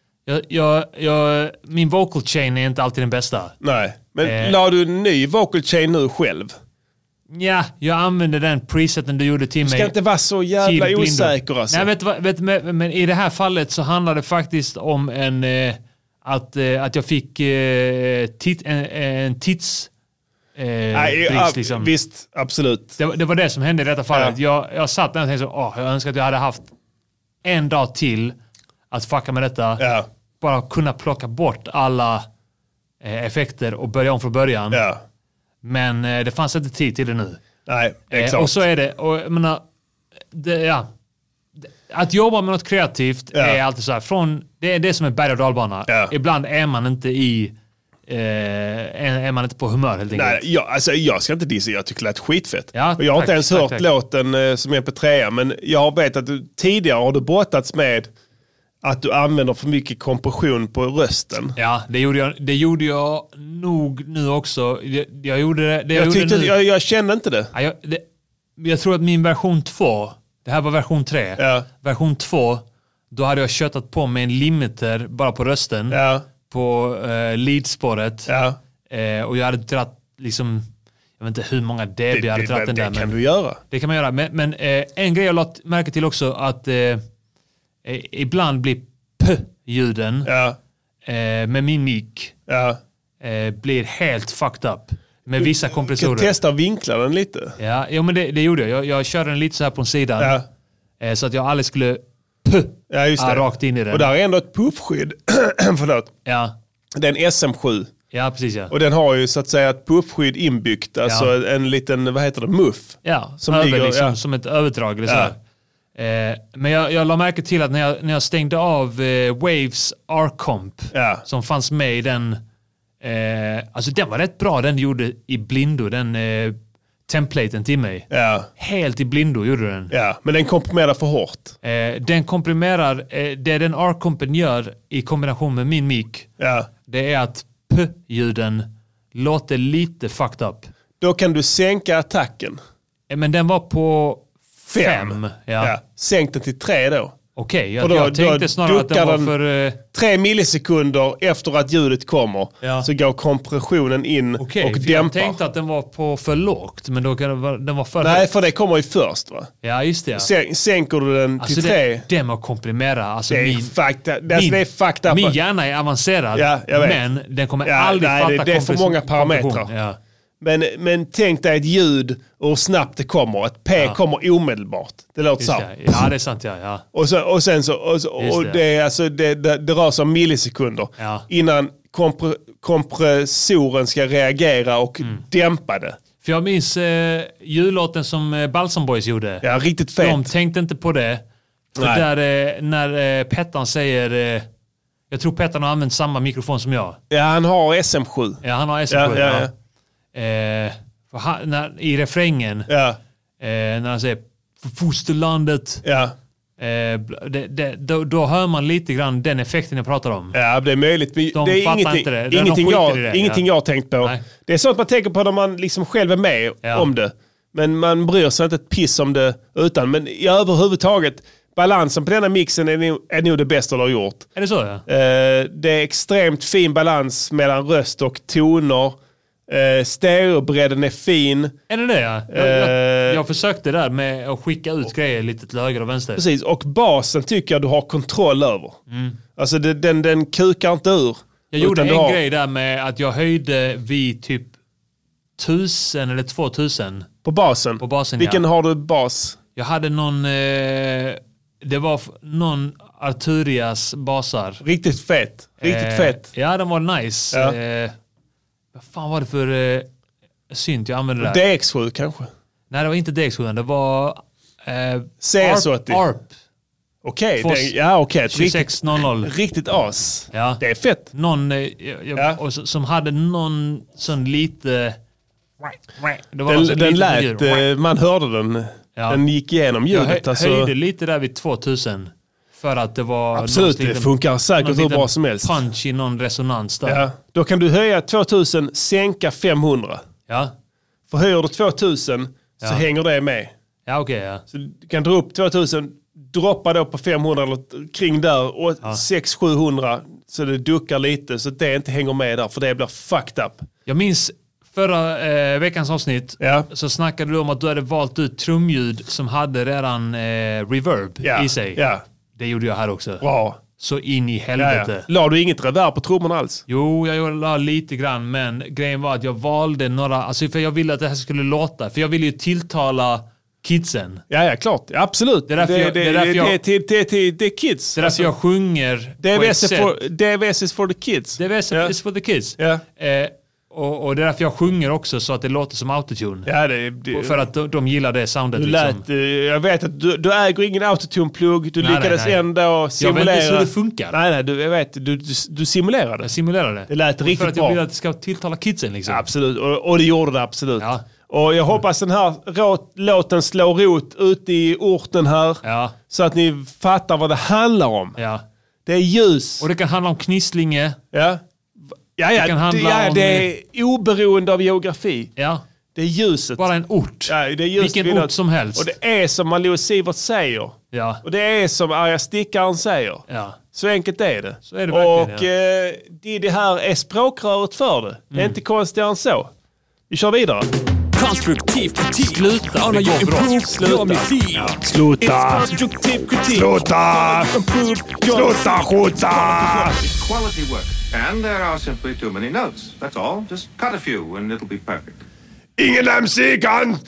min vocal chain är inte alltid den bästa. Nej, men la du en ny vocal chain nu själv? Ja, jag använde den preseten du gjorde till mig. Du ska inte vara så jävla osäker alltså. Nej, men i det här fallet så handlar det faktiskt om att jag fick en tids... pris, liksom. Visst, absolut. Det var det som hände i detta fallet. Ja. Jag satt där och tänkte jag önskar att jag hade haft en dag till att fucka med detta. Ja. Bara kunna plocka bort alla effekter och börja om från början. Ja. Men det fanns inte tid till det nu. Nej, exakt. Och så är det. Och jag menar, att jobba med något kreativt är alltid så här. Det är det som är berg- och dalbana. Ja. Ibland är man inte är man inte på humör helt enkelt. Nej, jag ska inte dissa. Jag tycker det lät skitfett. Ja, och jag har inte ens hört låten som är på 3, men jag vet att tidigare har du brottats med att du använder för mycket kompression på rösten. Ja, det gjorde jag nog nu också. Jag gjorde det. Jag kände inte det. Jag tror att min version 2, det här var version 3. Ja. Version 2, då hade jag köttat på med en limiter bara på rösten. Ja. På leadspåret. Ja. Och jag hade dratt liksom, jag vet inte hur många dB jag hade dratt den där. Det kan du göra. Det kan man göra. Men en grej jag lagt märke till också att ibland blir p-ljuden med min mic blir helt fucked up. Med vissa kompressorer. Du kan testa att vinkla den lite. Ja, men det gjorde jag. Jag körde den lite så här på sidan. Ja. Så att jag aldrig skulle rakt in i den. Och där är ändå ett puffskydd. Förlåt. Ja. Det är en SM7. Ja, precis. Ja. Och den har ju så att säga ett puffskydd inbyggt. Alltså en liten, vad heter det, muff. Ja, som ligger liksom, som ett överdrag. Eller så här. Men jag la märke till att när jag stängde av Waves R-Comp som fanns med i den, alltså den var rätt bra, den gjorde i blindo, den templaten till mig. Ja. Helt i blindo gjorde den. Ja, men den komprimerar för hårt. Den komprimerar, det den R-Compen gör i kombination med min mic, det är att p-ljuden låter lite fucked up. Då kan du sänka attacken. Men den var på 5. Ja. Sänk den till 3 då. Okej, jag tänkte snarare att den var för... 3 millisekunder efter att ljudet kommer så går kompressionen in och dämpar. Jag tänkte att den var på för lågt, men då den var för... Nej, för det kommer ju först, va? Ja, just det. Sänker du den till 3... Det med att komprimera, alltså det är fucked up. Min hjärna är avancerad, men den kommer aldrig fatta det är för många parametrar. Ja. Men tänk dig ett ljud och hur snabbt det kommer. Ett P kommer omedelbart. Det låter så här. Ja, det är sant. Ja. Och sen det rör sig om millisekunder innan kompressoren ska reagera och dämpa det. För jag minns jullåten som Balsam Boys gjorde. Ja, riktigt fett. De tänkte inte på det. För där, när Pettan säger... jag tror Pettan har använt samma mikrofon som jag. Ja, han har SM7. Ja, han har SM7. Ja. I refrängen när han säger fosterlandet då hör man lite grann den effekten jag pratar om. Ja, det är möjligt. Det är ingenting jag har tänkt på. Nej. Det är sånt man tänker på när man liksom själv är med om det. Men man bryr sig inte ett piss om det utan. Men överhuvudtaget balansen på denna mixen är nog det bästa du har gjort. Är det så? Ja? Det är extremt fin balans mellan röst och toner. Stereobredden är fin. Är det ja? Jag försökte där med att skicka ut grejer lite till höger och vänster. Precis, och basen tycker jag du har kontroll över. Alltså den kukar inte ur. Jag gjorde en grej där med att jag höjde vid typ 1000 eller 2000. På basen? Vilken har du bas? Jag hade någon... det var någon Arturias basar. Riktigt fett. Fett. Ja, den var nice. Ja. Vad fan var det för synt jag använde där? DX7 kanske? Nej, det var inte DX7. Det var... CS80. ARP. Okej. 2600. Riktigt as. Ja. Det är fett. Någon och som hade någon sån lite... Det var den lät, man hörde den. Ja. Den gick igenom ljudet. Jag höjde lite där vid 2000. För att det var... Absolut, det funkar säkert hur bra som helst. Punch i någon resonans där. Ja. Då kan du höja 2000, sänka 500. Ja. För höjer du 2000 så hänger det med. Ja, okej. Ja. Så du kan dra upp 2000, droppa då på 500 eller kring där och 600-700 så det duckar lite så det inte hänger med där för det blir fucked up. Jag minns förra veckans avsnitt så snackade du om att du hade valt ut trumljud som hade redan reverb i sig. Ja. Det gjorde jag här också. Bra. Så in i helvete. La du inget reverb på trummorna alls? Jo, jag la lite grann, men grejen var att jag valde några, alltså för jag ville att det här skulle låta, för jag ville ju tilltala kidsen. Ja, klart. Ja, absolut. Det är kids. Det är därför jag sjunger DVS is for the kids. DVS is for the kids. Ja. Och det är därför jag sjunger också så att det låter som autotune. Ja, för att de gillar det soundet. Jag vet att du äger ingen autotune-plugg. Du lyckades ändå simulera. Jag vet inte hur det funkar. Nej, jag vet. Du simulerade. Jag simulerade. Det lät riktigt bra. För att jag vill att det ska tilltala kidsen liksom. Ja, absolut. Och det gjorde det absolut. Ja. Och jag hoppas den här låten slår rot ute i orten här. Ja. Så att ni fattar vad det handlar om. Ja. Det är ljus. Och det kan handla om Knisslinge. Ja. Det är oberoende av geografi. Ja. Det är ljuset. Bara en ort. Ja, det är just vilken ort som helst. Och det är som Malou Sivert säger. Ja. Och det är som Arga Stickaren säger. Ja. Så enkelt är det. Så är det verkligen, och det här är språkröret för det. Det är inte konstigare än så. Vi kör vidare. Konstruktiv kritik. Sluta. Det går bra. Sluta. Konstruktiv kritik. Sluta. Sluta skjuta. Quality work. And there are simply too many notes. That's all. Just cut a few and it'll be perfect. Ingen MC kan!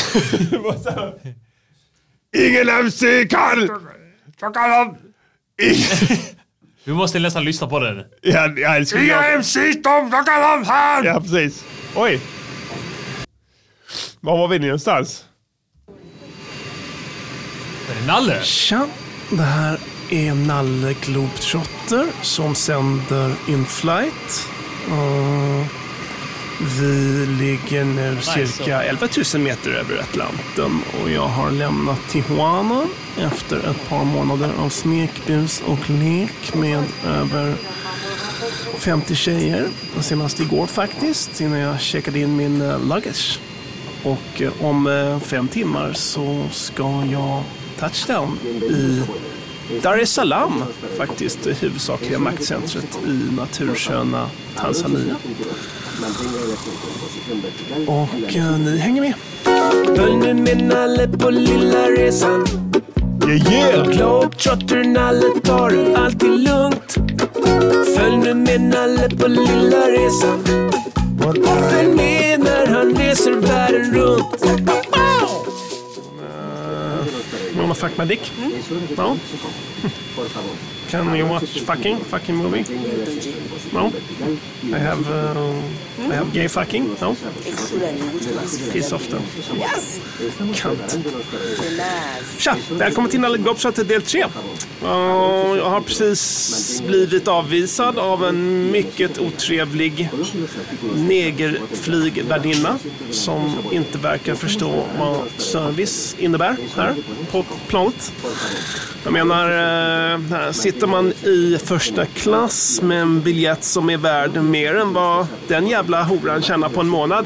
Ingen MC kan! Vi måste nästan lyssna på den. Inga MC de kan här! Ja, precis. Oj. Var var vi någonstans? Är det Nalle? Tja, det här är Nalle Globetrotter som sänder In Flight. Vi ligger nu cirka 11 000 meter över Atlanten och jag har lämnat Tijuana efter ett par månader av smekbus och lek med över 50 tjejer. Senast igår faktiskt, innan jag checkade in min luggage. Och om 5 timmar så ska jag touchdown i Dar es Salaam, faktiskt det huvudsakliga maktcentret i natursköna Tanzania. Och ni hänger med. Följ nu med Nalle på lilla resan. Yeah. Globetrotter Nalle tar det alltid lugnt. Följ nu med Nalle på lilla resan. Och följ med när han reser världen runt. You wanna fuck my dick? No? Can you watch fucking movie? No? I have gay fucking? No? Piss off then. Kant. Tja, välkommen till Nalle Globetrotter del 3. Jag har precis blivit avvisad av en mycket otrevlig negerflygvärdinna som inte verkar förstå vad service innebär här på flygplanet. Jag menar, här sitter man i första klass med en biljett som är värd mer än vad den jävla horan tjänar på en månad.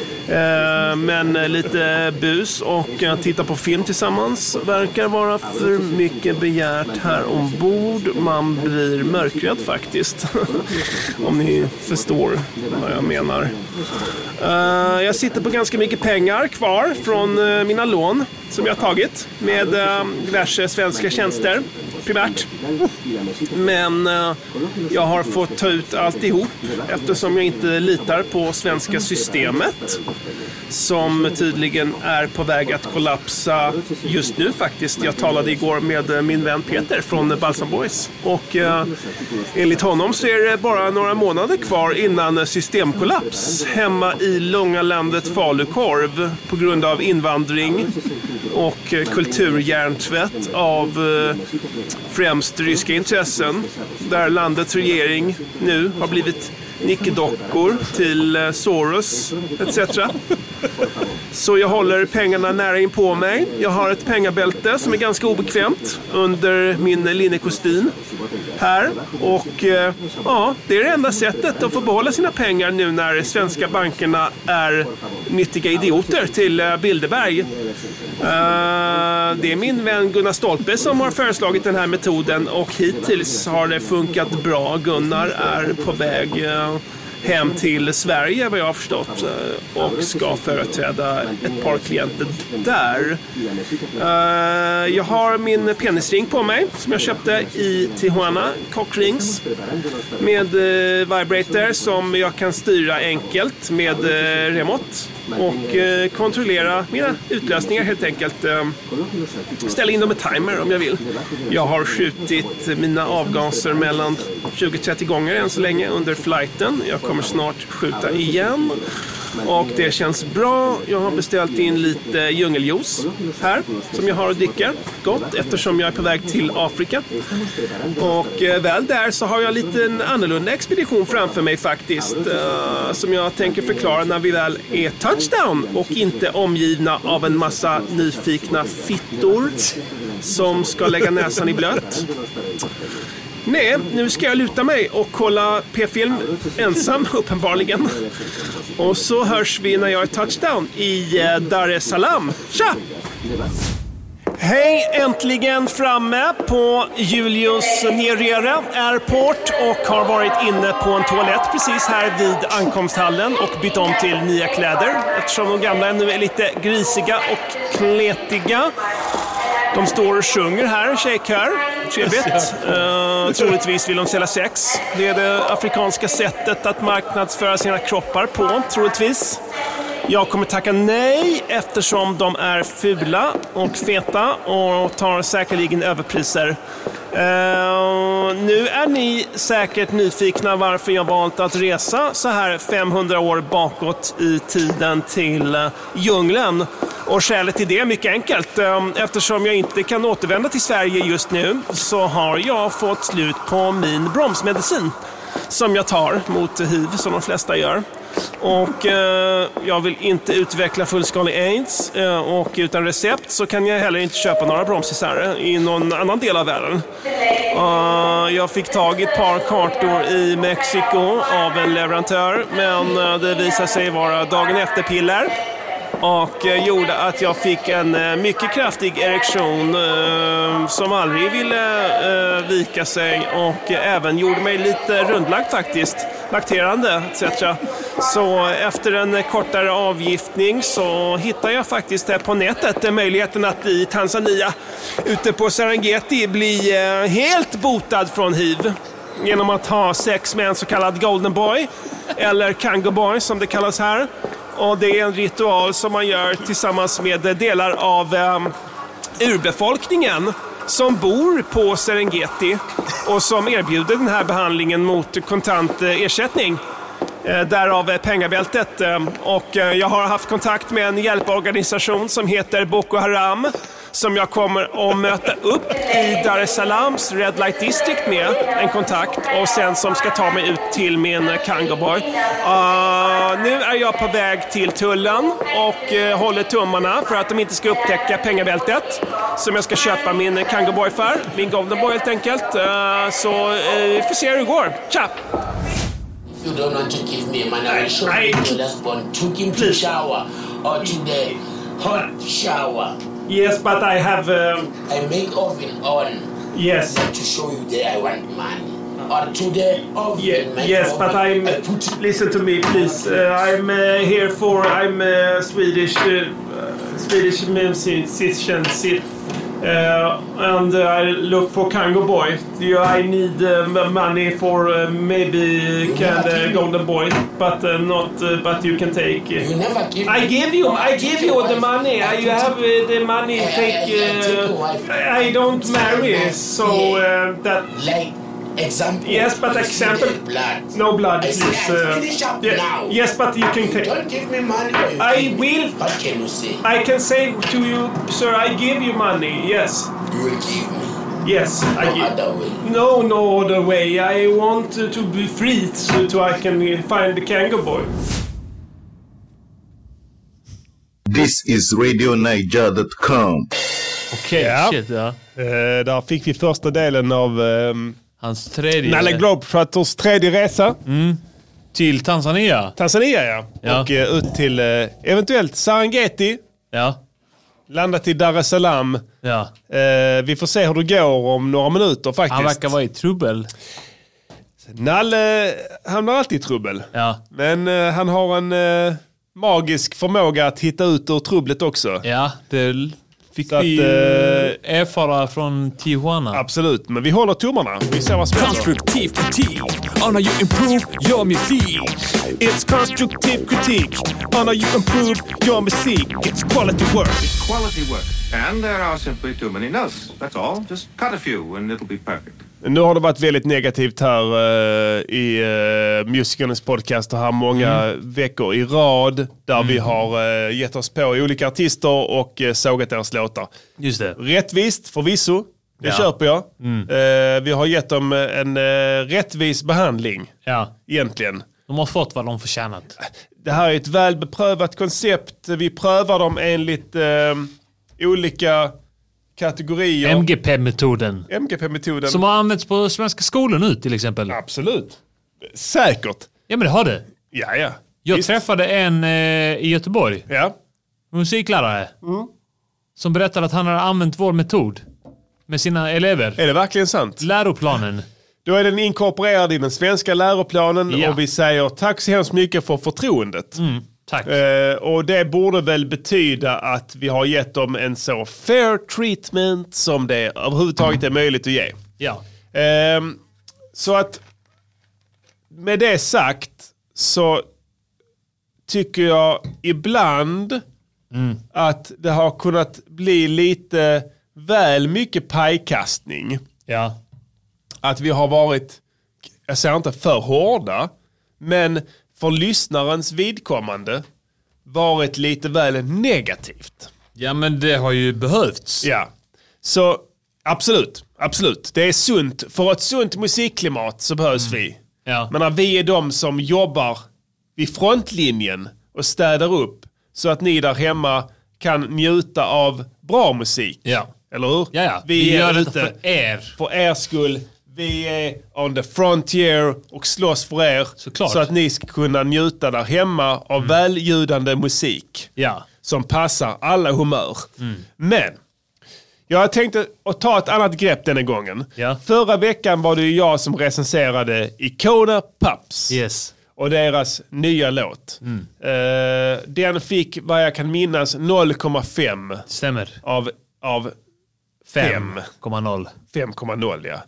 Men lite bus och titta på film tillsammans verkar vara för mycket begärt här ombord. Man blir mörkrädd faktiskt. Om ni förstår vad jag menar. Jag sitter på ganska mycket pengar kvar från mina lån som jag har tagit med diverse svenska tjänster primärt. Men jag har fått ta ut alltihop eftersom jag inte litar på svenska systemet som tydligen är på väg att kollapsa just nu faktiskt. Jag talade igår med min vän Peter från Balsam Boys och enligt honom så är det bara några månader kvar innan systemkollaps hemma i långa landet Falukorv på grund av invandring och kulturhjärntvätt av främst ryska intressen där landets regering nu har blivit nickedockor till Soros etc. Så jag håller pengarna nära in på mig. Jag har ett pengabälte som är ganska obekvämt under min linnekostym här. Och ja, det är det enda sättet att få behålla sina pengar nu när svenska bankerna är nyttiga idioter till Bilderberg. Det är min vän Gunnar Stolpe som har föreslagit den här metoden och hittills har det funkat bra. Gunnar är på väg hem till Sverige vad jag har förstått och ska företräda ett par klienter där. Jag har min penisring på mig som jag köpte i Tijuana, Cockrings med vibrator som jag kan styra enkelt med remote och kontrollera mina utlösningar helt enkelt. Ställa in dem med timer om jag vill. Jag har skjutit mina avgaser mellan 20-30 gånger än så länge under flighten. Jag kommer snart skjuta igen. Och det känns bra. Jag har beställt in lite djungeljuice här som jag har att dricka gott eftersom jag är på väg till Afrika. Och väl där så har jag lite en annorlunda expedition framför mig faktiskt som jag tänker förklara när vi väl är touchdown och inte omgivna av en massa nyfikna fittor som ska lägga näsan i blöt. Nej, nu ska jag luta mig och kolla P-film ensam uppenbarligen. Och så hörs vi när jag är touchdown i Dar es Salaam. Tja! Hej, äntligen framme på Julius Nyerere Airport och har varit inne på en toalett precis här vid ankomsthallen och bytt om till nya kläder eftersom de gamla nu är lite grisiga och kletiga. De står och sjunger här, tjejkör. Trevligt. Troligtvis vill de sälja sex. Det är det afrikanska sättet att marknadsföra sina kroppar på, troligtvis. Jag kommer tacka nej eftersom de är fula och feta och tar säkerligen överpriser. Nu är ni säkert nyfikna varför jag valt att resa så här 500 år bakåt i tiden till djungeln. Och skälet till det är mycket enkelt. Eftersom jag inte kan återvända till Sverige just nu så har jag fått slut på min bromsmedicin som jag tar mot hiv som de flesta gör. Och jag vill inte utveckla fullskalig AIDS och utan recept så kan jag heller inte köpa några bromsisar i någon annan del av världen. Jag fick tag i ett par kartor i Mexiko av en leverantör men det visade sig vara dagen efter piller. Och gjorde att jag fick en mycket kraftig erektion som aldrig ville vika sig och även gjorde mig lite rundlagt faktiskt, lakterande etc. Så efter en kortare avgiftning så hittade jag faktiskt på nätet möjligheten att i Tanzania ute på Serengeti bli helt botad från hiv genom att ha sex med en så kallad golden boy eller kango boy som det kallas här. Och det är en ritual som man gör tillsammans med delar av urbefolkningen som bor på Serengeti och som erbjuder den här behandlingen mot kontant ersättning. Därav pengabältet. Och jag har haft kontakt med en hjälporganisation som heter Boko Haram som jag kommer att möta upp i Dar es Salaams Red Light District med en kontakt och sen som ska ta mig ut till min Kangoboy. Nu är jag på väg till tullen och håller tummarna för att de inte ska upptäcka pengabältet som jag ska köpa min Kangoboy för, min Golden Boy helt enkelt. Så vi får se hur det går. Tja! You don't want to give me money. I will show you just born. Took him to shower or to the hot shower. Yes, but I have... I make oven on. Yes. To show you that I want money. Or to the oven. Yes, but listen to me, please. I'm here for... I'm Swedish musician. And I look for Kangoboy. I need money for maybe Golden Boy, but but you can take. You never give. I give you the money. You have the money. Take. I don't marry, so that. Like example. Yes, but example. No blood, please. Now. Yes, but you can take. Don't give me money. I will. What can you say? I can say to you, sir, I give you money. Yes. You will give me. Yes, no I give. Other way. No other way. I want to be free so I can find the Kangoboy. This is RadioNiger.com. Okej, shit, ja. Där fick vi första delen av hans tredje... Nalle Globetrotters tredje resa. Till Tanzania. Tanzania, ja. Och ut till eventuellt Serengeti. Ja. Landat i Dar es Salaam. Ja. Vi får se hur det går om några minuter faktiskt. Han verkar vara i trubbel. Nalle, han har alltid trubbel. Ja. Men han har en magisk förmåga att hitta ut ur trubblet också. Ja, det fick vi erfara från Tijuana. Absolut, men vi håller tummarna. Vi ser vad som händer. Konstruktiv kritik on how you improve your music. It's constructive critique on how you improve your music. It's quality work. It's quality work. And there are simply too many notes. That's all. Just cut a few and it'll be perfect. Nu har det varit väldigt negativt här i musikernas podcast här många veckor i rad där vi har gett oss på olika artister och sågat deras låtar. Just det. Rättvist förvisso, det köper jag. Vi har gett dem en rättvis behandling egentligen. De har fått vad de förtjänat. Det här är ett välbeprövat koncept. Vi prövar dem enligt olika kategorier. MGP-metoden. MGP-metoden. Som har använts på svenska skolor nu till exempel. Absolut. Säkert. Ja, men det har det. Ja. Jag träffade en i Göteborg. Ja. Musiklärare. Som berättade att han hade använt vår metod med sina elever. Är det verkligen sant? Läroplanen. Då är den inkorporerad i den svenska läroplanen och vi säger tack så hemskt mycket för förtroendet. Tack. Och det borde väl betyda att vi har gett dem en så fair treatment som det överhuvudtaget är möjligt att ge. Ja. Så att med det sagt så tycker jag ibland att det har kunnat bli lite väl mycket pajkastning. Ja. Att vi har varit, jag säger inte för hårda, men för lyssnarens vidkommande varit lite väl negativt. Ja, men det har ju behövts. Ja, så absolut. Det är sunt. För ett sunt musikklimat så behövs vi. Ja. Men när vi är de som jobbar vid frontlinjen och städar upp så att ni där hemma kan njuta av bra musik. Ja. Eller hur? Ja. Vi gör är det ute för er. För er skull. Vi är on the frontier och slåss för er. Såklart. Så att ni ska kunna njuta där hemma av välljudande musik. Ja. Som passar alla humör. Men jag tänkte att ta ett annat grepp denna gången. Ja. Förra veckan var det ju jag som recenserade Icona Pups. Yes. Och deras nya låt. Den fick, vad jag kan minnas, 0,5. Stämmer. Av 5,0. 5,0, ja.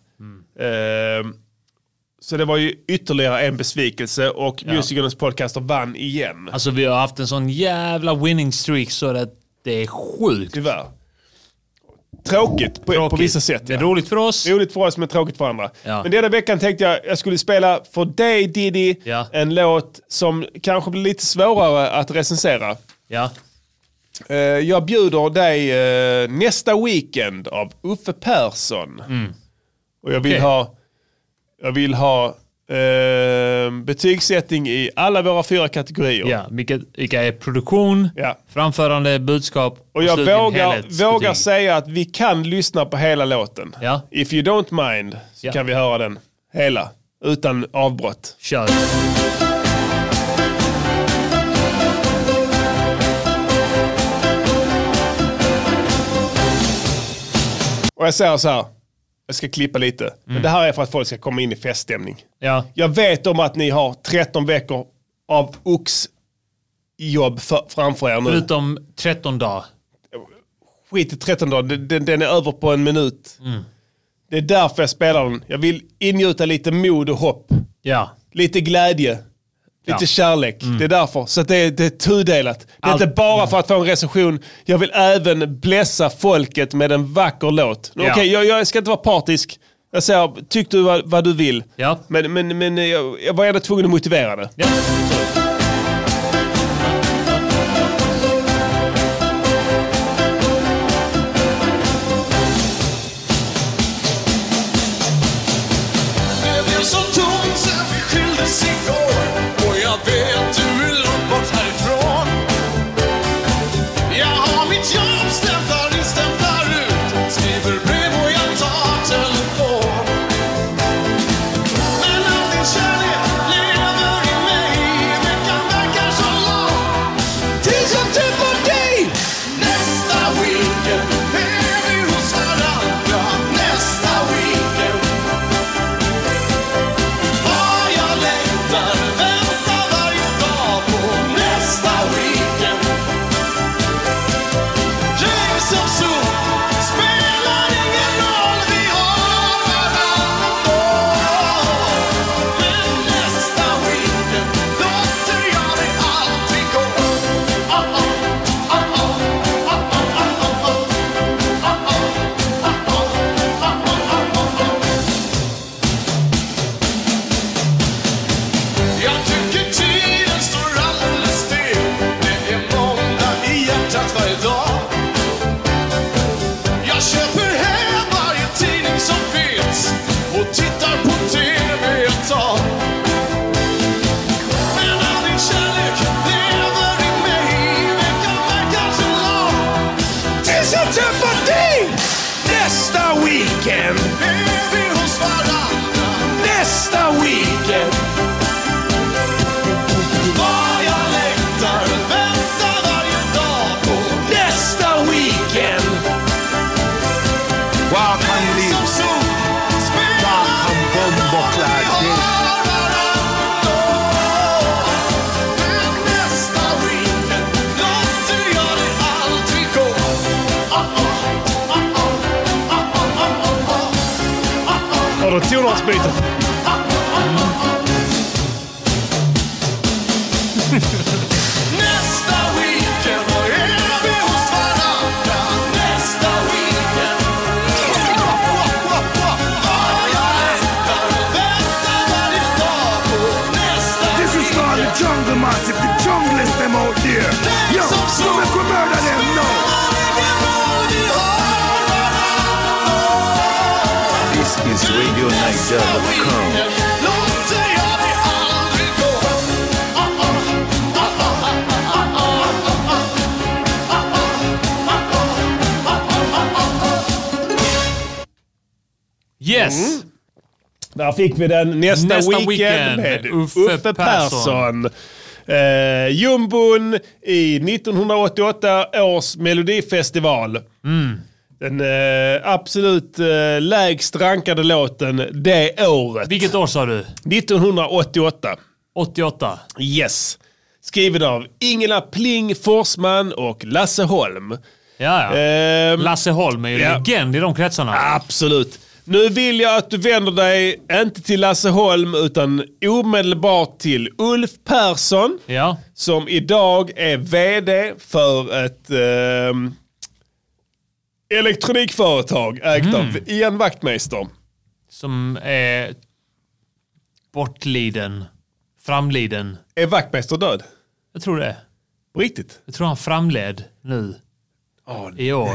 Så det var ju ytterligare en besvikelse och musikernas podcaster vann igen. Alltså vi har haft en sån jävla winning streak så att det är sjukt. Tyvärr. Tråkigt på vissa sätt. Det är roligt för oss. Roligt för oss men tråkigt för andra. Ja. Men denna veckan tänkte jag skulle spela för dig Diddy en låt som kanske blir lite svårare att recensera. Ja. Jag bjuder dig nästa weekend av Uffe Persson. Och jag vill ha betygssättning i alla våra 4 kategorier. Ja, vilka är produktion, framförande, budskap och jag vågar säga att vi kan lyssna på hela låten. Ja. If you don't mind så kan vi höra den hela utan avbrott. Kör. Och jag säger så här, jag ska klippa lite. Men det här är för att folk ska komma in i feststämning. Ja. Jag vet om att ni har 13 veckor av oxjobb framför er nu. Förutom 13 dagar. Skit i 13 dagar, den är över på en minut. Det är därför jag spelar den. Jag vill ingjuta lite mod och hopp. Ja. Lite glädje. Lite kärlek. Det är därför. Så att det är tudelat. Det är inte bara för att få en recension. Jag vill även blessa folket med en vacker låt. Ja. Okej, jag ska inte vara partisk. Jag säger, tyck du vad du vill. Ja. Men jag var ändå tvungen att motivera det. Ja. Tonartsbytet. Nästa weekend är vi hos varandra. Nästa weekend. This is for the jungle massive, the junglist them out there. Yo, so make we murder them now. This is RadioNiger.com. Yes! Där fick vi den nästa weekend med Uffe Persson. Jumbon i 1988 års Melodifestival. Den absolut lägst rankade låten det året. Vilket år sa du? 1988. 88? Yes. Skriven av Ingela Pling Forsman och Lasse Holm. Ja. Lasse Holm är ju legend i de kretsarna. Absolut. Nu vill jag att du vänder dig inte till Lasse Holm utan omedelbart till Ulf Persson. Ja. Som idag är vd för ett elektronikföretag ägt av Ian Wachtmeister. Som är bortliden. Framliden. Är Wachtmeister död? Jag tror det. På riktigt? Jag tror han framled nu. I år.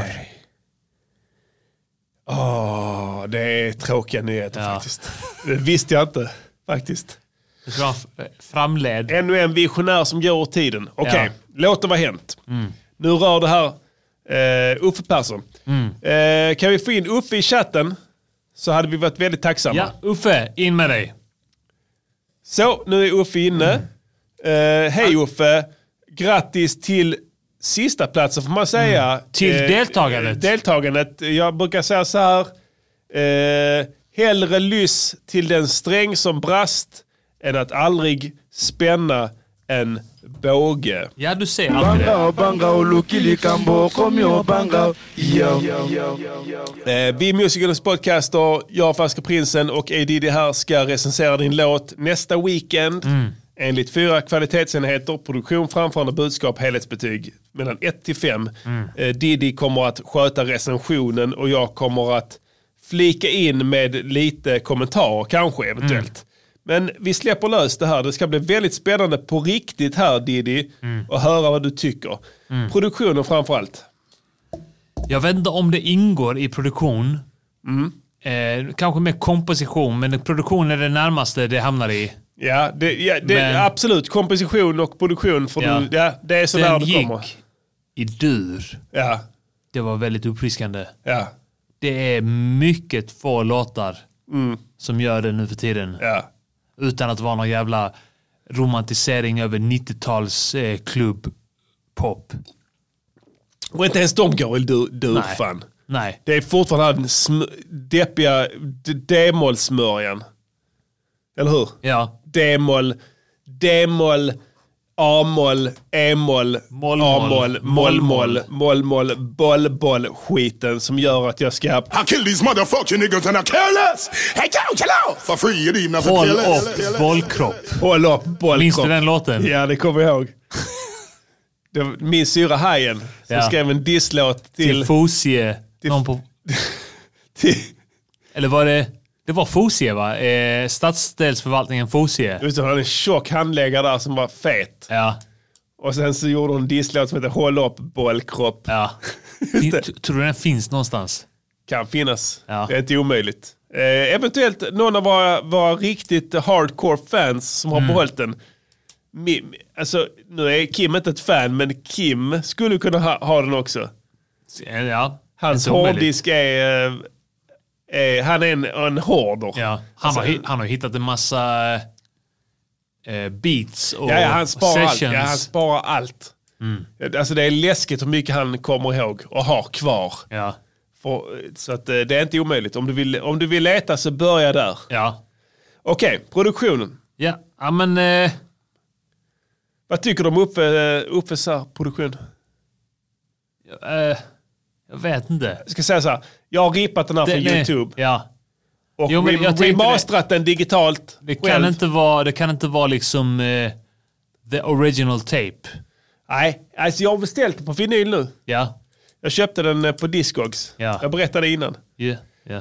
Det är tråkiga nyheter faktiskt. Det visste jag inte faktiskt. Jag tror han framled. Ännu en visionär som går ur tiden. Okej, låt det vara hänt. Nu rör det här Uffe Persson. Kan vi få in Uffe i chatten så hade vi varit väldigt tacksamma. Ja, Uffe, in med dig. Så, nu är Uffe inne. Hej Uffe. Grattis till sista platsen får man säga. Till deltagandet. Jag brukar säga så här. Hellre lyss till den sträng som brast än att aldrig spänna en båge. Ja, du ser alltid det. Vi Musicals podcaster, jag Färska Prinsen och A.D.D. här ska recensera din låt nästa weekend. Enligt 4 kvalitetsenheter, produktion, framförande, budskap, helhetsbetyg mellan 1-5. Diddy kommer att sköta recensionen och jag kommer att flika in med lite kommentarer kanske eventuellt. Men vi släpper lös det här. Det ska bli väldigt spännande på riktigt här Diddy och höra vad du tycker. Produktionen framförallt. Jag vet inte om det ingår i produktion. Kanske med komposition, men produktion är det närmaste det hamnar i. Ja, det är absolut komposition och produktion för det är så där det kommer. Gick i dur. Ja. Det var väldigt uppfriskande. Ja. Det är mycket få låtar som gör det nu för tiden. Ja. Utan att vara någon jävla romantisering över 90-tals klubb-pop. Och inte ens de går i dur fan. Nej. Det är fortfarande den deppiga D-moll-smörjan. Eller hur? Ja. D-moll, A-moll, E-moll, A-moll, moll-moll, boll, skiten som gör att jag ska... I kill these motherfucking niggas and I careless. Hey, go, for free, you even Håll upp bollkropp. Håll upp bollkropp. Minns du den låten? Ja, det kommer jag ihåg. Min syra Hajen som skrev en disslåt till Fosie. Eller var det... Det var Fosie va? Stadsdelsförvaltningen Fosie. Just det, hon hade en tjock handläggare där som var fet. Ja. Och sen så gjorde hon en disslåt som heter Håll upp bollkropp. Ja. Tror du den finns någonstans? Kan finnas. Ja. Det är inte omöjligt. Eventuellt någon av våra riktigt hardcore fans som har behållit den. Alltså, nu är Kim inte ett fan, men Kim skulle kunna ha den också. Ja. Hans hårddisk är... han är en hoarder. Ja. Han har hittat en massa beats och han sparar sessions. Allt. Ja, han sparar allt. Alltså det är läskigt hur mycket han kommer ihåg och har kvar. Ja. Så att det är inte omöjligt. Om du vill leta så börja där. Ja. Okej, produktionen. Ja, men... Vad tycker du om Uffes produktion? Jag vet inte. Jag ska säga så här. Jag har rippat den här från YouTube. Ja. Och remasterat den digitalt. Det kan inte vara liksom the original tape. Nej, alltså jag har beställt den på vinyl nu. Ja. Jag köpte den på Discogs. Ja. Jag berättade innan. Ja.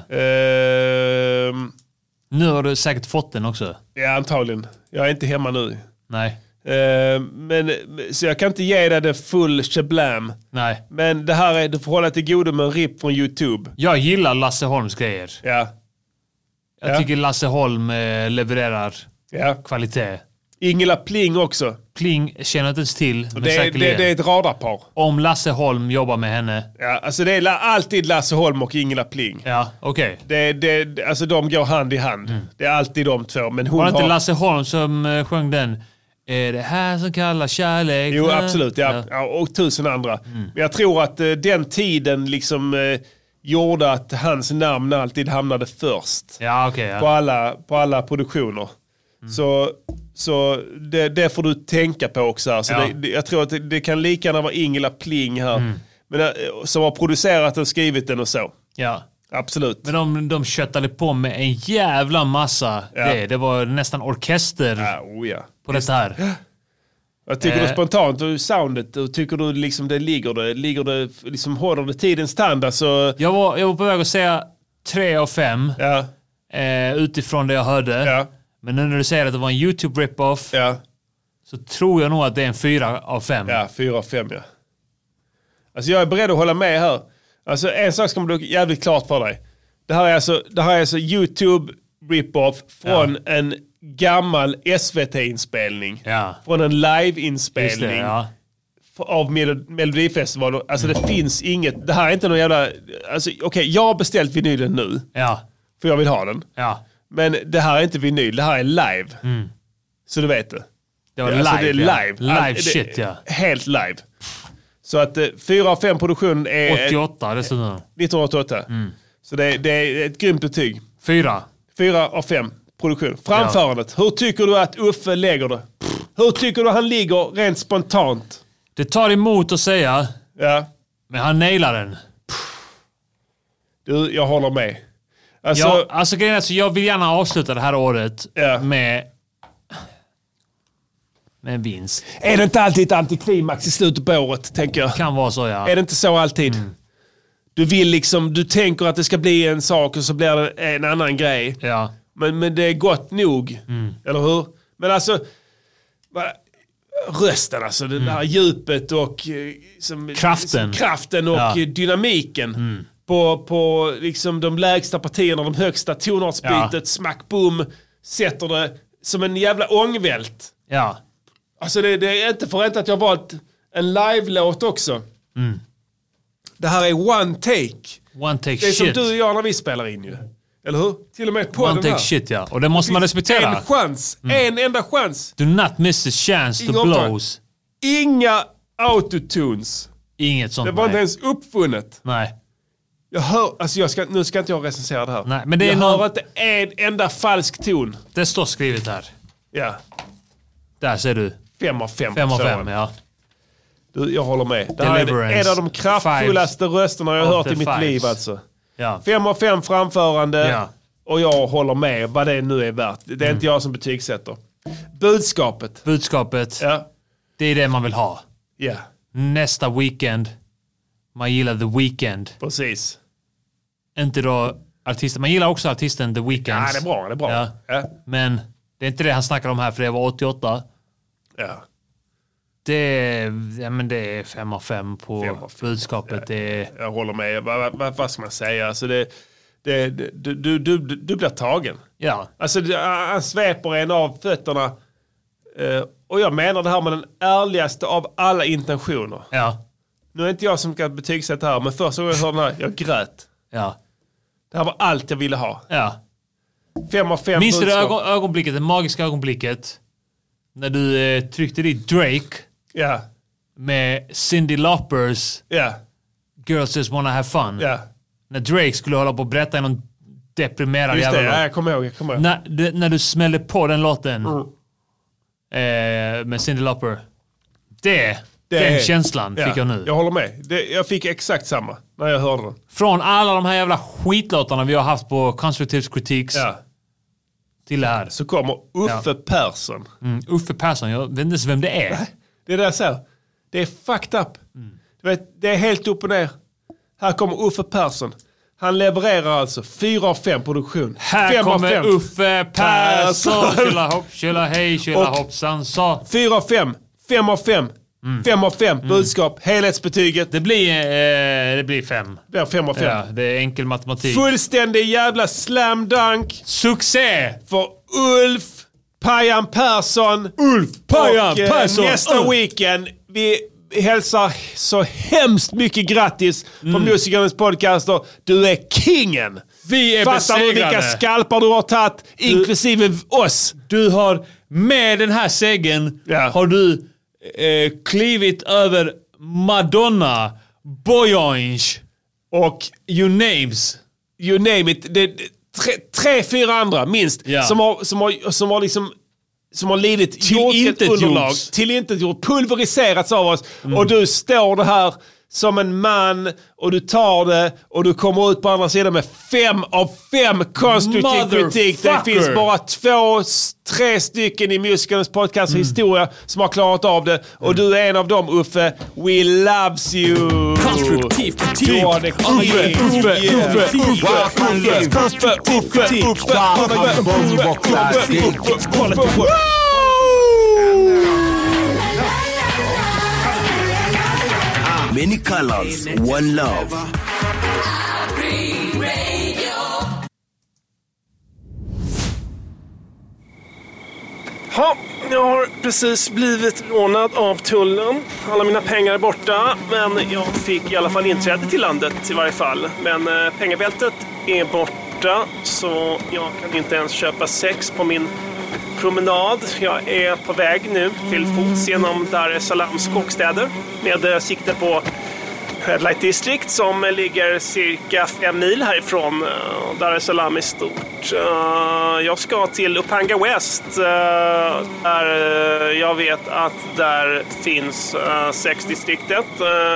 Nu har du säkert fått den också. Ja, antagligen. Jag är inte hemma nu. Nej. Så jag kan inte ge dig det full shablam. Nej. Men det här är det förhållande till godo med en rip från YouTube. Jag gillar Lasse Holms grejer. Ja. Jag tycker Lasse Holm levererar kvalitet. Ingela Pling också. Pling känner inte ens till. Det är ett radarpar. Om Lasse Holm jobbar med henne. Ja, alltså det är alltid Lasse Holm och Ingela Pling. Ja, okej. Alltså de går hand i hand. Det är alltid de två. Men hon var det inte Lasse Holm som sjöng den? Är det här som kallar kärlek? Jo, absolut. Ja, och 1000 andra. Men jag tror att den tiden liksom gjorde att hans namn alltid hamnade först. Ja, okej. Ja. På alla produktioner. Så det får du tänka på också här. Så jag tror att det kan lika gärna vara Ingela Pling här. Men, som har producerat och skrivit den och så. Ja. Absolut. Men de köttade på med en jävla massa. Det var nästan orkester på det här. Jag tycker du spontant och soundet och tycker du liksom det ligger det liksom håller det tidens standard så... Jag var på väg att säga 3 av 5 utifrån det jag hörde. Ja. Men nu när du säger att det var en YouTube rip-off så tror jag nog att det är en 4 av 5. Ja, 4 av 5, ja. Alltså jag är beredd att hålla med här. Alltså en sak ska man bli jävligt klart för dig. Det här är alltså YouTube rip-off från en gammal SVT-inspelning. Ja. Från en live-inspelning av Melodifestivalen. Alltså det finns inget, det här är inte någon jävla, alltså okej, jag har beställt vinylen nu. Ja. För jag vill ha den. Ja. Men det här är inte vinyl, det här är live. Mm. Så du vet det. Det var live, det är live. Live shit, ja. Helt live. Så att 4 av 5 produktion är... 88 dessutom. 1988. Mm. Så det är ett grymt betyg. 4 av 5 produktion. Framförandet. Hur tycker du att Uffe lägger det? Hur tycker du han ligger rent spontant? Det tar emot att säga. Ja. Men han nailar den. Du, jag håller med. Alltså grejen är så jag vill gärna avsluta det här året med en vinst. Är det inte alltid ett antiklimax i slutet på året, tänker jag? Kan vara så, ja. Är det inte så alltid? Mm. Du vill liksom, du tänker att det ska bli en sak och så blir det en annan grej. Ja. Men det är gott nog. Mm. Eller hur? Men alltså, rösten alltså, det där djupet och kraften och dynamiken. Mm. På liksom de lägsta partierna, de högsta tonartsbytet, smack, boom, sätter det som en jävla ångvält. Ja. Alltså det är inte förrätt att jag har valt en live-låt också. Mm. Det här är one take. One take shit. Det är som du och jag när vi spelar in ju. Eller hur? Till och med på one den take här. Shit, ja. Och det måste man respektera. En chans. En enda chans. Do not miss the chance to blows. Inga autotunes. Inget sånt. Det var inte ens uppfunnet. Nej. Jag hör, alltså nu ska inte jag recensera det här. Nej, men det jag hör inte en enda falsk ton. Det står skrivet här. Ja. Där ser du. 5 av 5. 5 av 5, ja. Du, jag håller med. Det här är en av de kraftfullaste rösterna jag har hört i mitt liv alltså. Ja. 5 av 5 framförande. Ja. Och jag håller med vad det nu är värt. Det är inte jag som betygsätter. Budskapet. Ja. Det är det man vill ha. Ja. Nästa weekend. Man gillar The Weeknd. Precis. Inte då artisten. Man gillar också artisten The Weeknd. Ja, det är bra. Ja. Ja. Men det är inte det han snackar om här, för det var 88. Ja. Det är 5 av 5 på budskapet. Ja. Jag håller med. Vad ska man säga? Alltså du blir tagen. Ja. Alltså han sveper en av fötterna. Och jag menar det här med den ärligaste av alla intentioner. Ja. Nu är inte jag som kan betygsätta här, men första gången jag hörde den här, jag grät. Ja. Det här var allt jag ville ha. Ja. 5 av 5. Minns du ögonblicket, det magiska ögonblicket, när du tryckte dit Drake med Cyndi Laupers Girls Just Wanna Have Fun. Ja. När Drake skulle hålla på att berätta någon deprimerad jävla låt. Jag kommer ihåg. När du smällde på den låten med Cyndi Lauper. Den känslan fick jag nu. Jag håller med. Jag fick exakt samma när jag hörde den. Från alla de här jävla skitlåtarna vi har haft på Constructive Critiques till det här. Så kommer Uffe Persson. Uffe Persson, jag vet inte ens vem det är. Nej, det är det jag säger. Det är fucked up. Du vet, det är helt upp och ner. Här kommer Uffe Persson. Han levererar alltså 4 av 5 produktion. Här kommer Uffe Persson. Kylla hopp, kylla hej, kylla hoppsan sa. 4 av 5. 5 av 5. 5 av 5. Budskap. Helhetsbetyget. Det blir 5. Det blir 5 av 5. Ja, det är enkel matematik. Fullständig jävla slam dunk. Succé! För Ulf Pajan Persson. Persson. Nästa weekend. Vi hälsar så hemskt mycket grattis från Musikernas podcaster. Du är kingen. Vi är Fattar du vilka skalpar du har tagit, inklusive oss. Du har med den här segern har du klivit över Madonna, Boy och you name it. Det 3-4 andra minst som har lidit tillintetgjort, pulveriserats av oss. Och du står det här som en man och du tar det och du kommer ut på andra sidan med 5 av 5 konstruktiv kritik. Det finns bara 2-3 stycken i Musikernas podcast historia som har klarat av det. Och du är en av dem, Uffe. We loves you. Konstruktiv kritik. Uffe. Many colors, one love. Ja, jag har precis blivit rånad av tullen. Alla mina pengar är borta, men jag fick i alla fall inträde till landet i varje fall. Men pengabältet är borta, så jag kan inte ens köpa sex på min promenad. Jag är på väg nu till fots genom Dar es Salaams kåkstäder med sikte på Red Light District som ligger cirka 5 mil härifrån. Dar es Salaam är stort. Jag ska till Upanga West där jag vet att där finns sexdistriktet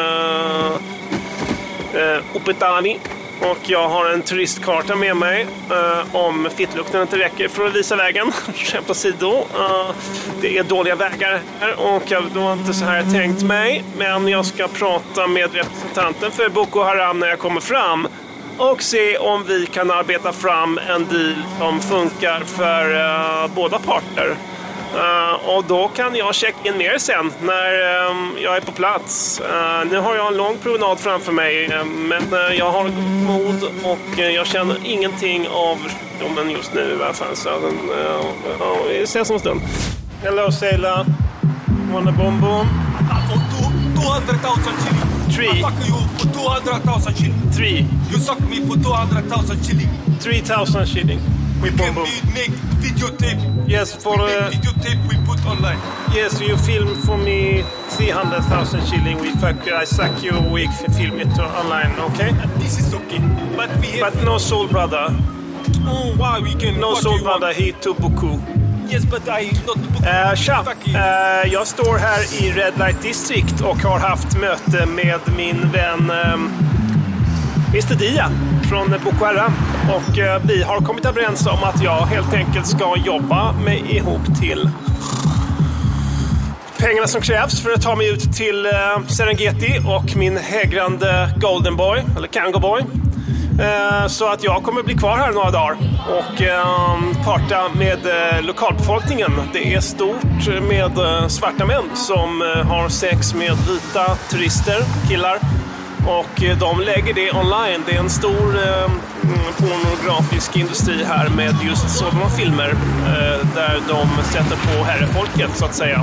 Upetani. Och jag har en turistkarta med mig om fittlukten inte räcker för att visa vägen. Skämt åsido. Det är dåliga vägar här och jag har inte så här tänkt mig. Men jag ska prata med representanten för Boko Haram när jag kommer fram. Och se om vi kan arbeta fram en deal som funkar för båda parter. Och då kan jag checka in mer sen när jag är på plats. Nu har jag en lång promenad framför mig, men jag har mod och jag känner ingenting av sjukdomen just nu i alla fall. Så vi ses om en stund. Hello Sailor, wanna bomb bomb? 200,000 shilling. 3. I fuck you for 200,000 shilling. 3. You suck me for 200,000 shilling. 3,000 shilling. We bomb bomb. Make videotape. Yes, for videotape we put online. Yes, you film for me 300,000 shilling. We fuck, I suck you. We film it online, okay? This is okay, but no soul brother. Oh, why we can? No soul brother. He too buku. Yes, but I not. Tja, jag står här i Red Light District och har haft möte med min vän Mr. Dia från Boko Haram. Och vi har kommit överens om att jag helt enkelt ska jobba mig ihop till pengarna som krävs för att ta mig ut till Serengeti och min hägrande Golden Boy, eller Kango Boy. Så att jag kommer bli kvar här några dagar och parta med lokalbefolkningen. Det är stort med svarta män som har sex med vita turister, killar. Och de lägger det online. Det är en stor pornografisk industri här med just sådana filmer där de sätter på herrefolket så att säga.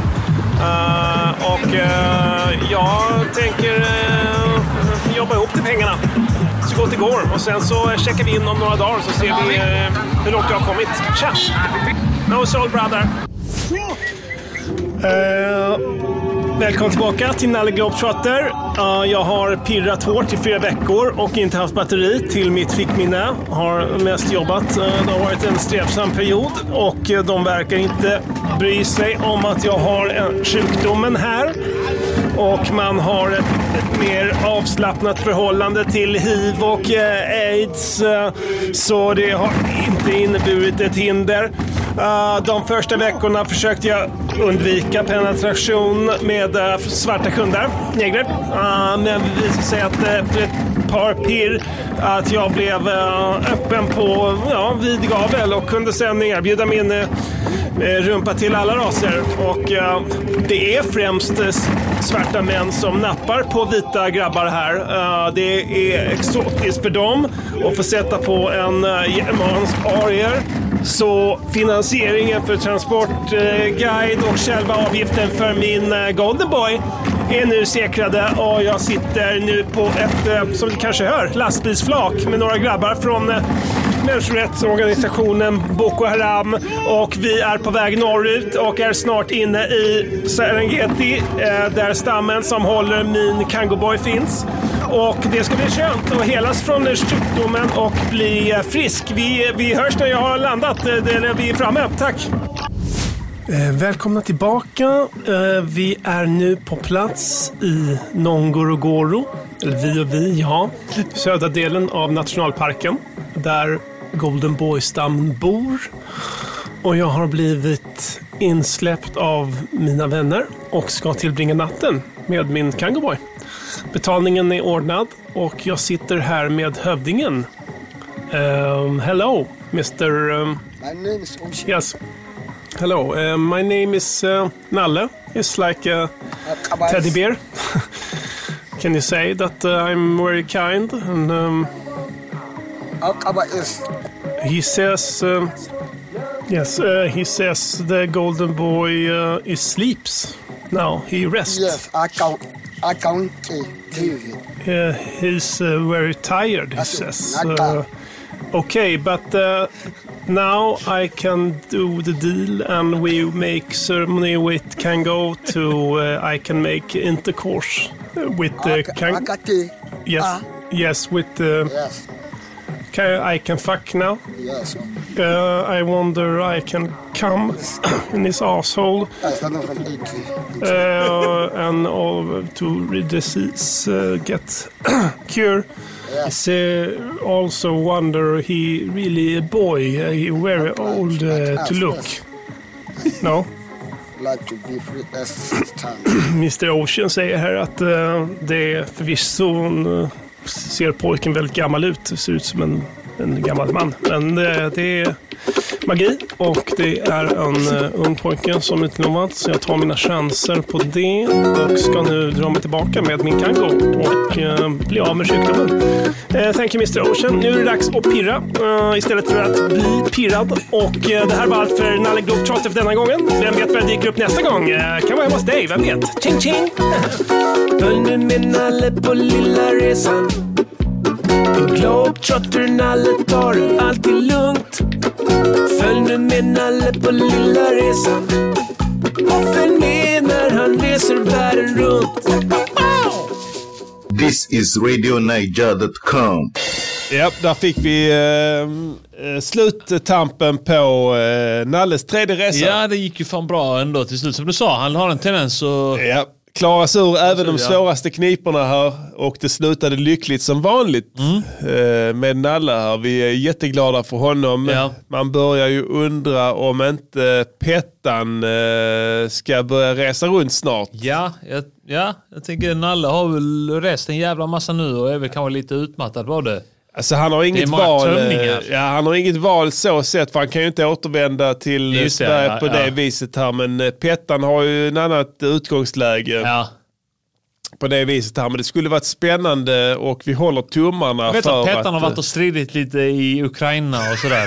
Jag tänker jobba ihop till pengarna så gott det går. Och sen så checkar vi in om några dagar så ser vi hur långt jag har kommit. Tja! No soul brother! Välkommen tillbaka till Nalle Globetrotter. Jag har pirrat hårt i 4 veckor och inte haft batteri till mitt fickminne. Har mest jobbat. Det har varit en strävsam period och de verkar inte bry sig om att jag har sjukdomen här. Och man har ett mer avslappnat förhållande till HIV och AIDS. Så det har inte inneburit ett hinder. De första veckorna försökte jag undvika penetration med svarta kunder, negrer. Men det visade sig att efter ett par pirr att jag blev öppen på vid gavel och kunde sedan erbjuda min rumpa till alla raser. Och det är främst svarta män som nappar på vita grabbar här. Det är exotiskt för dem att få sätta på en germansk arier. Så finansieringen för transportguide och själva avgiften för min Golden Boy är nu säkrade och jag sitter nu på ett, som du kanske hör, lastbilsflak med några grabbar från människorättsorganisationen Boko Haram och vi är på väg norrut och är snart inne i Serengeti där stammen som håller min Kango Boy finns. Och det ska bli skönt att helas från sjukdomen och bli frisk. Vi hörs när jag har landat, eller vi är framme. Tack! Välkomna tillbaka. Vi är nu på plats i Ngorongoro. Eller vi, södra delen av nationalparken. Där Golden Boy-stammen bor. Och jag har blivit insläppt av mina vänner och ska tillbringa natten med min Kango Boy. Betalningen är ordnad och jag sitter här med hövdingen. Hello, Mr. My name is Oshi. Yes. Hello, my name is Nalle. It's like a teddy bear. can you say that I'm very kind? And he says, he says the golden boy he sleeps now. He rests. Yes, I can't he's very tired, he says. Okay, but now I can do the deal and we make ceremony with Kango to I can make intercourse with Kango. Yes, with yes. I can fuck now. Yes. I wonder I can come in his asshole and to the disease get cure. Yes. Also wonder he really a boy. He very old to look. No. Like to be free Mr. Ocean säger här att det förvisso ser pojken väldigt gammal ut. Det ser ut som en gammal man. Men det är magi och det är en ung pojke som utlovat. Så jag tar mina chanser på det och ska nu dra mig tillbaka med min Kango och bli av med sjukdomen. Thank you Mr. Ocean. Nu är det dags att pirra istället för att bli pirrad. Och det här var allt för Nalle Globetrotter för denna gången. Vem vet vad det dyker upp nästa gång? Kan vara hemma hos dig, vem vet? Ching ching! Följ nu med Nalle på lilla resan. Globetrotter Nalle tar det alltid lugnt. Följ nu med Nalle på lilla resan. Och följ med när han reser världen runt. This is RadioNiger.com. Ja, där fick vi sluttampen på Nalles tredje resa. Ja, det gick ju fan bra ändå till slut. Som du sa, han har en tendens att... Ja, klara sig ur även de svåraste kniporna här. Och det slutade lyckligt som vanligt med Nalle här. Vi är jätteglada för honom. Ja. Man börjar ju undra om inte Pettan ska börja resa runt snart. Ja, jag tänker Nalle har väl rest en jävla massa nu och är väl kanske lite utmattad på det. Alltså han har inget val. Han har inget val så sett, för han kan ju inte återvända till Sverige på det viset här. Men Pettan har ju en annat utgångsläge på det viset här. Men det skulle varit spännande och vi håller tummarna. Jag vet att Pettan har varit och stridit lite i Ukraina och sådär.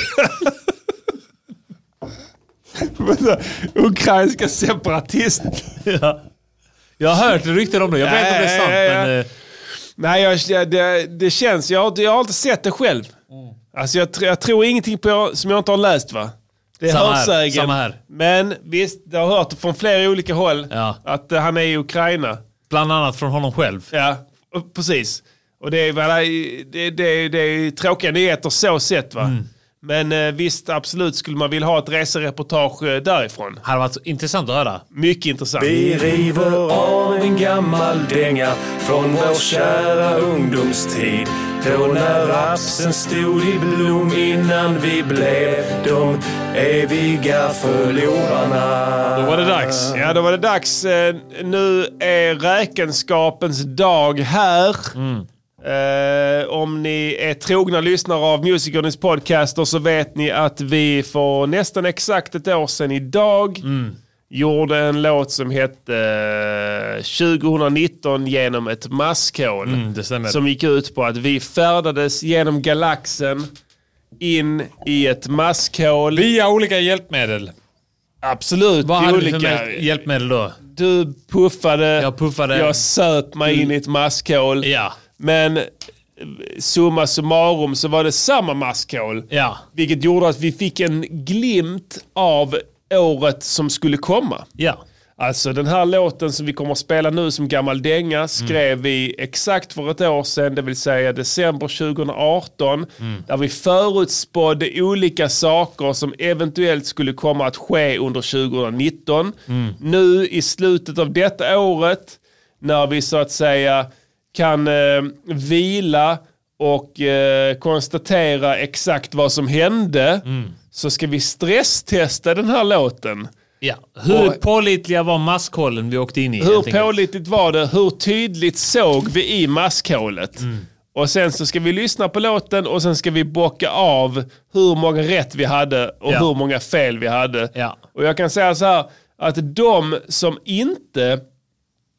Ukrainska separatist. Ja. Jag har hört rykten om det. Jag vet inte om det är sant, men... Nej, det känns... Jag har inte sett det själv. Alltså jag tror ingenting på som jag inte har läst, va? Det är hörsägen. Samma här. Men visst, jag har hört det från flera olika håll att han är i Ukraina. Bland annat från honom själv. Ja, precis. Och det är tråkiga nyheter så sett, va? Men visst, absolut skulle man vilja ha ett resereportage därifrån. Det hade varit intressant att höra. Mycket intressant. Vi river av en gammal dänga från vår kära ungdomstid. Då när rapsen stod i blom innan vi blev de eviga förlorarna. Då var det dags. Ja, då var det dags. Nu är räkenskapens dag här. Om ni är trogna lyssnare av Musikernas podcaster så vet ni att vi för nästan exakt ett år sedan idag gjorde en låt som hette 2019 genom ett maskhål. Som gick ut på att vi färdades genom galaxen in i ett maskhål. Via olika hjälpmedel. Absolut. Vad hade du för hjälpmedel då? Du puffade. Jag söp mig in i ett maskhål. Ja. Men summa summarum så var det samma maskhål. Ja. Vilket gjorde att vi fick en glimt av året som skulle komma. Ja. Alltså den här låten som vi kommer att spela nu som gammal dänga skrev vi exakt för ett år sedan, det vill säga december 2018. Där vi förutspådde olika saker som eventuellt skulle komma att ske under 2019. Nu i slutet av detta året, när vi så att säga kan vila och konstatera exakt vad som hände, så ska vi stresstesta den här låten. Ja. Hur pålitliga var maskhålen vi åkte in i? Hur pålitligt var det? Hur tydligt såg vi i maskhålet? Och sen så ska vi lyssna på låten och sen ska vi bocka av hur många rätt vi hade och hur många fel vi hade. Ja. Och jag kan säga så här, att de som inte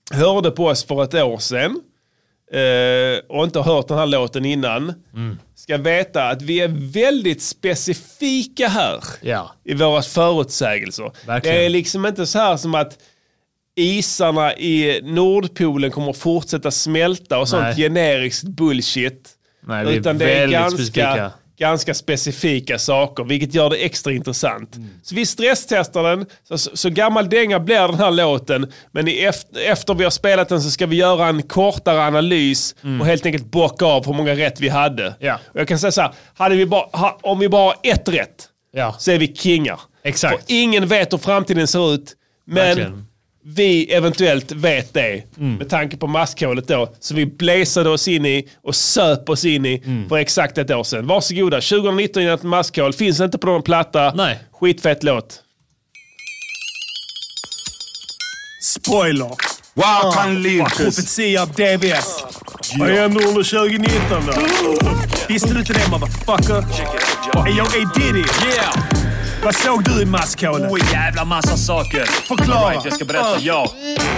hörde på oss för ett år sedan och inte har hört den här låten innan ska veta att vi är väldigt specifika här i våra förutsägelser. Verkligen. Det är liksom inte så här som att isarna i Nordpolen kommer att fortsätta smälta och sånt generiskt bullshit. Nej, utan det är ganska specifika saker, vilket gör det extra intressant. Så vi stresstestar den, så gammal dänga blir den här låten, men efter vi har spelat den så ska vi göra en kortare analys och helt enkelt bocka av hur många rätt vi hade. Och jag kan säga så här, om vi bara har ett rätt så är vi kingar. Exakt. För ingen vet hur framtiden ser ut, men verkligen. Vi eventuellt vet det med tanke på maskhålet då. Så vi blazade oss in i och söp oss in i för exakt ett år sedan. Varsågoda, 2019 innan ett maskhål. Finns inte på någon platta. Nej. Skitfett låt. Spoiler. Wow, kan Linkus. Profetia av DVS. Vad händer under 2019 då? Visste du inte det, motherfucker? Hey, yo, hey Diddy. Yeah. Vad såg du i maskhålet? Jävla massa saker. Förklara. Right, jag ska berätta,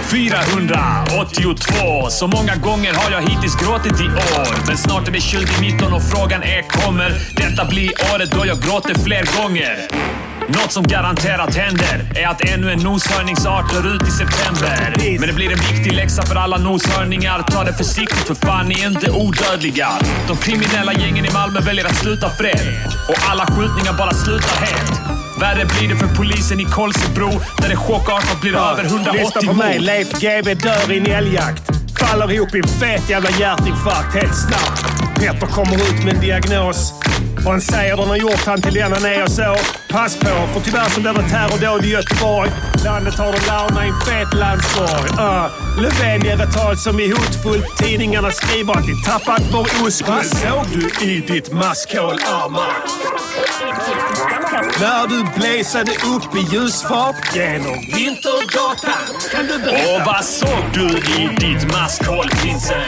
482. Så många gånger har jag hittills gråtit i år. Men snart är vi 2019 och frågan är kommer detta bli året då jag gråter fler gånger? Något som garanterat händer är att ännu en noshörningsart dör ut i september. Men det blir en viktig läxa för alla noshörningar. Ta det försiktigt för fan, ni är inte odödliga. De kriminella gängen i Malmö väljer att sluta fred. Och alla skjutningar bara slutar helt. Värre blir det för polisen i Kolsebro, där det chockartat blir över 180 Lyssna på mig, Leif GB dör i en älgjakt. Faller ihop i en fet jävla hjärtinfarkt helt snabbt. Petter kommer ut med en diagnos. Och han säger de har gjort han till den han är och så. Pass på, för tyvärr så blir det terrordåd i Göteborg. Landet har de larna i en fet landsorg. Löfven ger ett tal som är hotfullt. Tidningarna skriver att de tappat vår oskuld. Vad såg du i ditt maskhål, Armand? När du blazade upp i ljusfart genom Vintergatan, kan du berätta? Och vad såg du i ditt maskhål, prinsen?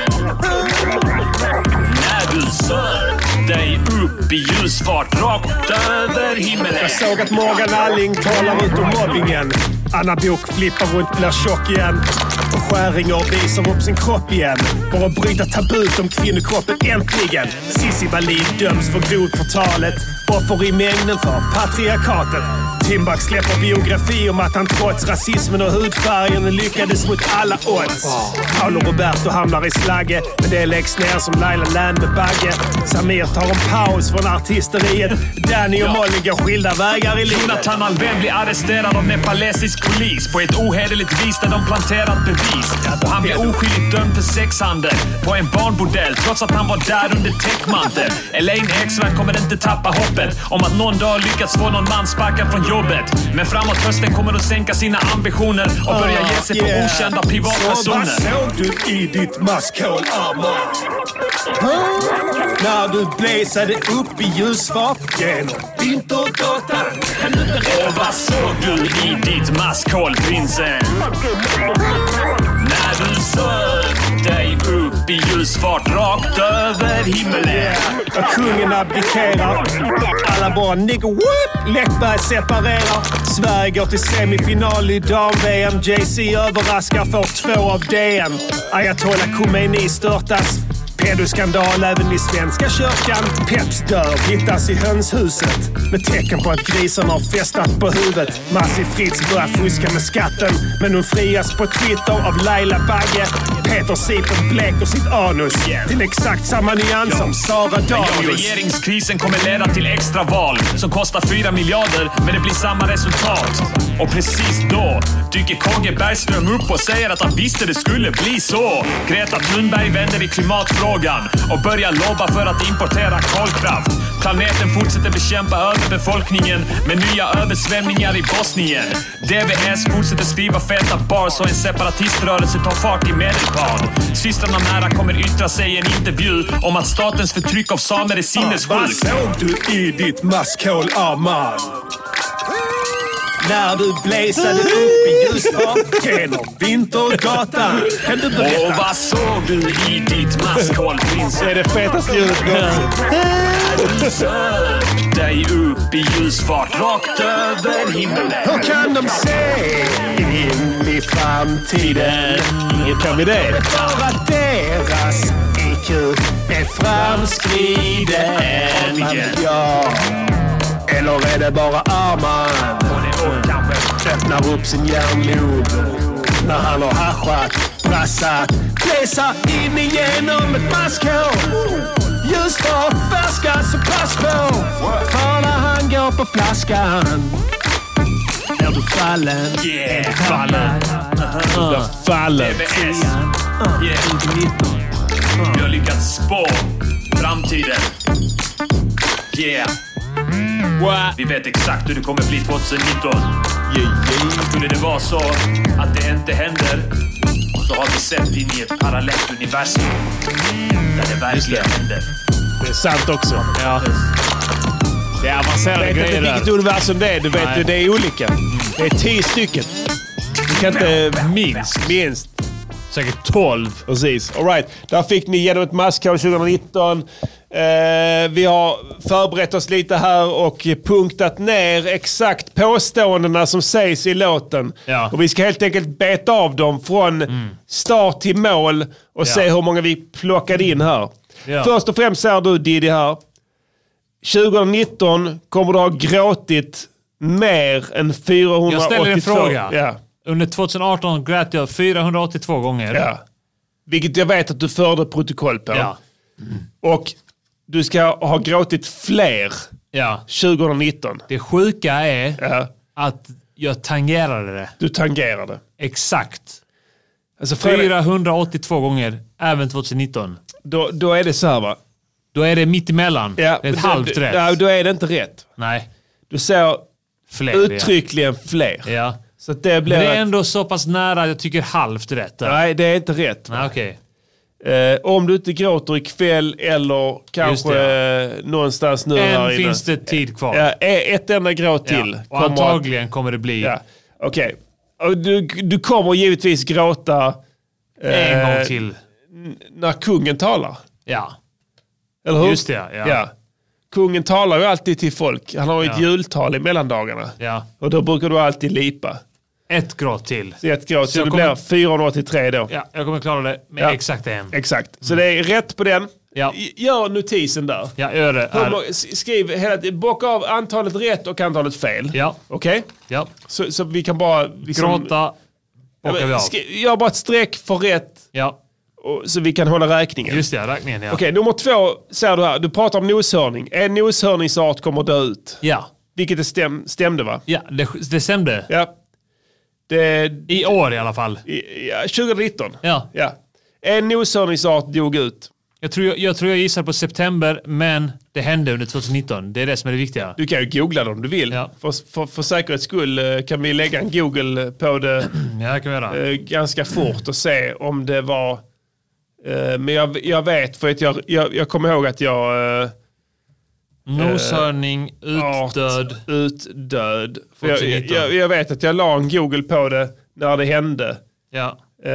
När du sög dig upp i ljusfart rakt över himmelen. Jag såg att Morgan Alling talar ut om mobbingen. Anna Bok flippar runt, blir tjock igen. Och Skäringer visar upp sin kropp igen. För att bryta tabut om kvinnokroppen äntligen. Cissi Wallin döms för grovt förtalet. Offer i mängden för patriarkatet. Timbuk släpper biografi om att han trots rasismen och hudfärgen lyckades mot alla odds. Paolo Roberto hamnar i slagge, men det läggs ner som Laila Land med bagge. Samir tar en paus från artisteriet. Danny och Molly går skilda vägar i livet. Jonathan Alvén blir arresterad av nepalesisk polis på ett ohederligt vis där de planterat bevis. Och han blir oskyldigt dömd för sexhandel på en barnbordell trots att han var där under täckmantel. Elaine Eksvärd kommer inte tappa hoppet om att någon dag lyckats få någon man sparkad från jobbet. Men framåt hösten kommer att sänka sina ambitioner och börja ge sig på okända privatpersoner. Så vad såg du i ditt maskhål, Armand? När du blazade upp i ljusfart genom Vintergatan, kan du berätta? Och vad såg du i ditt maskhål, prinsen? När du sög dig upp i ljusfart rakt över himmelen. Och kungen abdikerar. Alla bara nigga whoop. Läckberg separerar. Sverige går till semifinal i dam-VM. JC överraskar, får 2 av DN. Ayatollah Khomeini störtas. Pedoskandal även i svenska kyrkan. Peps dör, hittas i hönshuset. Med tecken på att grisarna har festat på huvudet. Massi Fritz börjar fuska med skatten. Men hon frias på Twitter av Laila Bagge. Peter Sipen bleker sitt anus till exakt samma nyans som Sara Danius. Regeringskrisen kommer leda till extra val som kostar 4 miljarder, men det blir samma resultat. Och precis då dyker KG Bergström upp och säger att han visste det skulle bli så. Greta Thunberg vänder i klimatfrågan och börjar lobba för att importera kolkraft. Planeten fortsätter bekämpa överbefolkningen med nya översvämningar i Bosnien. DVS fortsätter skriva feta bars och en separatiströrelse tar fart i Medelpad. Systrarna nära kommer yttra sig i en intervju om att statens förtryck av samer är sinnessjuk. Vad såg du i ditt maskhål, Armand? när du blazade upp i ljusfart genom Vintergatan. Kan du berätta? Och vad såg du i ditt maskhåll, prins? Det är det fetaste ljudet någonsin. Du sög dig upp i ljusfart rakt över himlen. Hur kan de se in i framtiden? Hur kan vi det? För att deras IQ är framskriden. Ja. Eller är det bara Arman? Öppnar upp sin hjärnlob när han har haschat, brassat, bläsar in igenom ett maskhål. Ljusfart, färska, så pass på. För när han går på flaskan är du fallen. Yeah, fallen. Fallen. DBS. Vi har lyckats spå framtiden. Yeah. Vi vet exakt hur det kommer bli 2019. Skulle det vara så att det inte händer, så har vi sett in i ett parallellt universum där det verkligen händer. Det är sant också. Ja. Det är avancerade grejer. Jag vet inte vilket universum det är. Du vet ju, det är olika. Det är 10 stycken. Du kan inte... Minst. Säkert 12. Precis. All right. Där fick ni genom ett maskhål 2019. Vi har förberett oss lite här och punktat ner exakt påståendena som sägs i låten. Ja. Och vi ska helt enkelt beta av dem från start till mål och se hur många vi plockade in här. Ja. Först och främst säger du, Diddy, här. 2019 kommer du ha gråtit mer än 482. Jag ställer en fråga. Ja. Under 2018 grät jag 482 gånger. Ja. Vilket jag vet att du förde protokoll på. Ja. Och du ska ha gråtit fler 2019. Det sjuka är att jag tangerade det. Du tangerade. Exakt. Alltså 482 gånger, även 2019. Då är det så här, va? Då är det mitt emellan. Ja, det är ett halvt rätt. Ja, då är det inte rätt. Nej. Du ser fler, uttryckligen fler. Ja. Så att det blir men det är ändå så pass nära att jag tycker halvt rätt. Där. Nej, det är inte rätt. Nej, okej. Om du inte gråter ikväll eller kanske någonstans nu här inne. Finns det tid kvar. Ja, ett enda gråt till. Och antagligen kommer det bli. Ja. Okej. Och du kommer givetvis gråta en gång till. När kungen talar. Ja. Eller hur? Just det, ja. Kungen talar ju alltid till folk. Han har ju ett jultal i mellandagarna. Ja. Och då brukar du alltid lipa. Ett gråt till. Så ett gråt. Så det blir 483 då. Ja, jag kommer klara det med exakt en. Exakt. Så det är rätt på den. Ja. Gör notisen där. Ja, gör det. Skriv bocka av antalet rätt och antalet fel. Ja. Okej? Ja. Så vi kan bara... Gråta. Bockar vi av. Gör bara ett streck för rätt. Ja. Så vi kan hålla räkningen. Just det, räkningen, ja. Okej, nummer 2 säger du här. Du pratar om noshörning. En noshörningsart kommer dö ut. Ja. Vilket det stämde, va? Ja, det stämde. Ja. I år i alla fall. 2019. Ja. En noshörningsart dog ut. Jag tror jag gissar på september, men det hände under 2019. Det är det som är det viktiga. Du kan ju googla det om du vill. Ja. För säkerhets skull kan vi lägga en Google på det kan vi göra. Ganska fort och se om det var... men jag vet, för att jag kommer ihåg att jag... noshörning, utdöd. Utdöd. För jag vet att jag la en Google på det när det hände. Ja.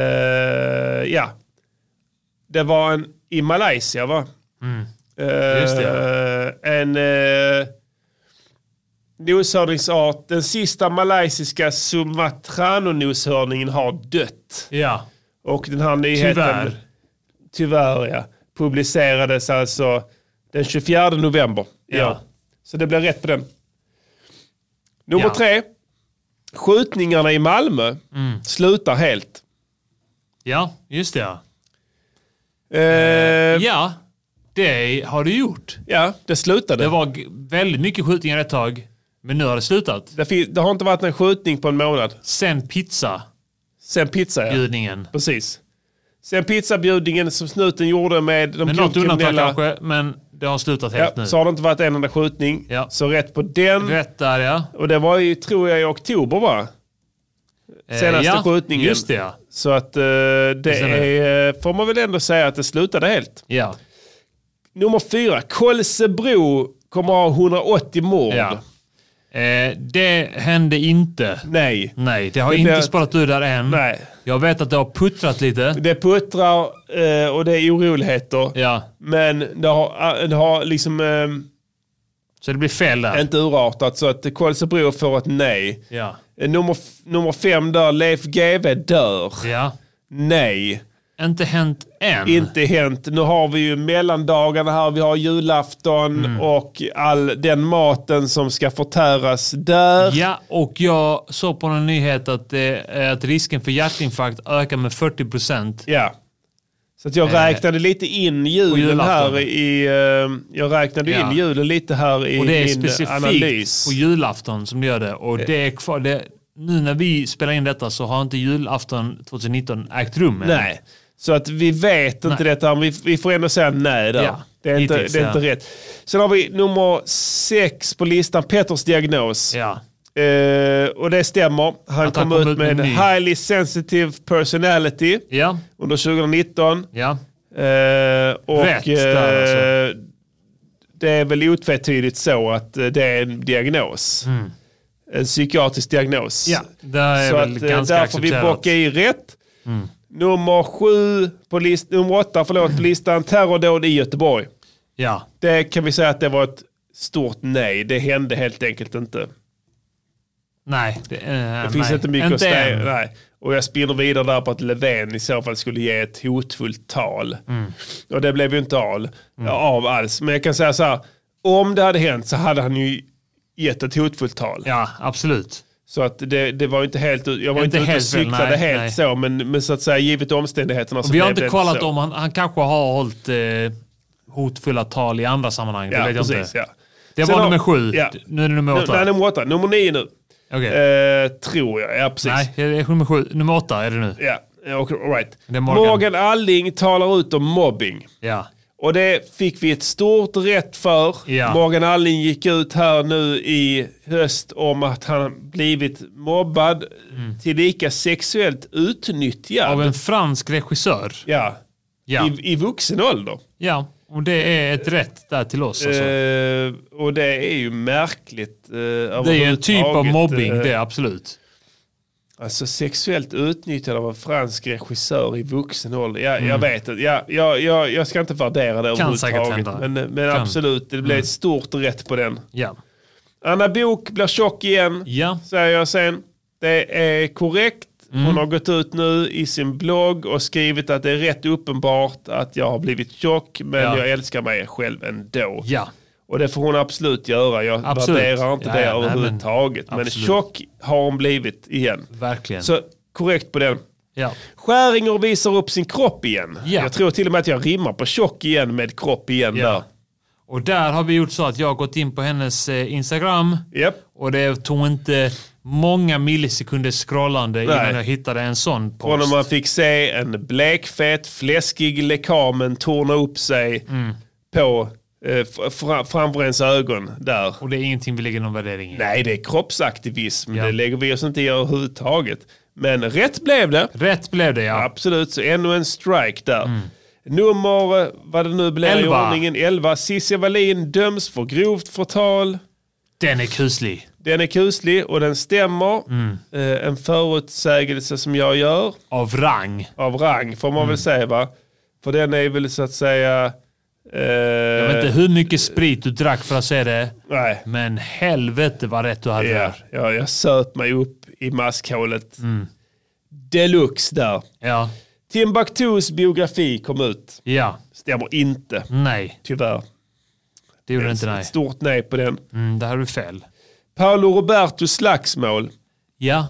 Det var en i Malaysia, va? Just det. En noshörningsart. Den sista malaysiska Sumatrano-noshörningen har dött. Ja. Och den här nyheten... Tyvärr, publicerades alltså den 24 november. Ja. Så det blir rätt på den. Nummer 3. Skjutningarna i Malmö slutar helt. Ja, just det. Ja, det har du gjort. Ja, det slutade. Det var väldigt mycket skjutningar ett tag, men nu har det slutat. Det har inte varit en skjutning på en månad. Sen pizza, bjudningen. Precis. Sen pizzabjudningen som snuten gjorde med de något undantag kanske, men det har slutat helt nu. Så har det inte varit en enda skjutning. Ja. Så rätt på den. Rätt där, ja. Och det var ju, tror jag, i oktober, va? Senaste skjutningen. Just det, ja. Så att får man väl ändå säga att det slutade helt. Ja. Nummer 4. Kolsebro kommer ha 180 mord. Ja. Det hände inte. Nej. Det har inte spårat ur där än. Nej. Jag vet att det har puttrat lite. Det puttrar och det är oroligheter. Ja. Men det har liksom... så det blir fel där. Inte urartat så att Kolsebro får ett nej. Ja. Nummer 5 där, Leif GW dör. Ja. Nej. Inte hänt än. Inte hänt. Nu har vi ju mellandagarna här. Vi har julafton och all den maten som ska förtäras där. Ja, och jag såg på en nyhet att risken för hjärtinfarkt ökar med 40%. Ja. Så att jag räknade lite in julen här i... jag räknade in julen lite här i min analys. Och det är specifikt på julafton som det gör det. Och det är kvar... nu när vi spelar in detta så har inte julafton 2019 ägt rum än. Nej. Så att vi vet inte detta. Vi får ändå säga nej där. Ja. Det är inte rätt. Sen har vi nummer 6 på listan, Petters diagnos. Ja. Och det stämmer. Han kom ut med Highly Sensitive Personality under 2019. Ja. Och rätt där alltså. Det är väl otvetydigt så att det är en diagnos. En psykiatrisk diagnos. Ja, det är så väl att ganska därför vi bockar i rätt. Nummer 8 på listan, terrordåd i Göteborg. Ja. Det kan vi säga att det var ett stort nej. Det hände helt enkelt inte. Nej. Det finns inte mycket att säga. Nej. Och jag spinner vidare där på att Löfven i så fall skulle ge ett hotfullt tal. Och det blev ju inte av alls. Men jag kan säga så här, om det hade hänt så hade han ju gett ett hotfullt tal. Ja, absolut. Så att det var inte helt... Jag var inte ute och cyklade helt så, men så att säga, givet omständigheterna så vi har inte det kollat så. om han kanske har hållit hotfulla tal i andra sammanhang. Det vet jag precis, inte. Ja. Det var nummer 7. Ja. Nu är det nummer 8. Nej, nummer 8. Nummer 9 nu. Okay. Tror jag. Ja, precis. Nej, det är nummer 7. Nummer 8 är det nu. Ja, all right. Morgan Alling talar ut om mobbing. Ja. Och det fick vi ett stort rätt för. Ja. Morgan Alling gick ut här nu i höst om att han blivit mobbad till lika sexuellt utnyttjad. Av en fransk regissör. Ja. I vuxen ålder. Ja, och det är ett rätt där till oss. Alltså. Och det är ju märkligt. Det är en typ av mobbing, det är absolut. Alltså sexuellt utnyttjad av en fransk regissör i vuxen ålder. Jag vet inte. Jag ska inte värdera det överhuvudtaget. Men absolut, det blev ett stort rätt på den. Ja. Anna Bok blir tjock igen, säger jag sen. Det är korrekt. Hon har gått ut nu i sin blogg och skrivit att det är rätt uppenbart att jag har blivit tjock, men jag älskar mig själv ändå. Ja. Och det får hon absolut göra. Jag värderar inte det överhuvudtaget. Men tjock har hon blivit igen. Verkligen. Så korrekt på den. Ja. Skäringer visar upp sin kropp igen. Ja. Jag tror till och med att jag rimmar på tjock igen med kropp igen där. Och där har vi gjort så att jag har gått in på hennes Instagram. Och det tog inte många millisekunder scrollande innan jag hittade en sån post. Och när man fick se en blekfett, fläskig lekamen torna upp sig på framför ens ögon där. Och det är ingenting vi lägger någon värdering i. Nej, det är kroppsaktivism. Det lägger vi oss inte i överhuvudtaget. Men rätt blev det. Rätt blev det, ja. Absolut, så ännu en strike där. Nummer, vad det nu blir i ordningen, 11. Cissi Wallin döms för grovt förtal. Den är kuslig. Den är kuslig och den stämmer. En förutsägelse som jag gör. Av rang. Av rang, får man väl säga, va? För den är väl så att säga... jag vet inte hur mycket sprit du drack för att säga det. Nej. Men helvete vad rätt du hade där. Ja, jag söp mig upp i maskhålet. Deluxe där. Ja. Timbuktus biografi kom ut. Ja. Stämmer inte. Nej. Tyvärr. Det gjorde inte, nej. Stort nej på den. Det har du fel. Paolo Robertos slagsmål. Ja.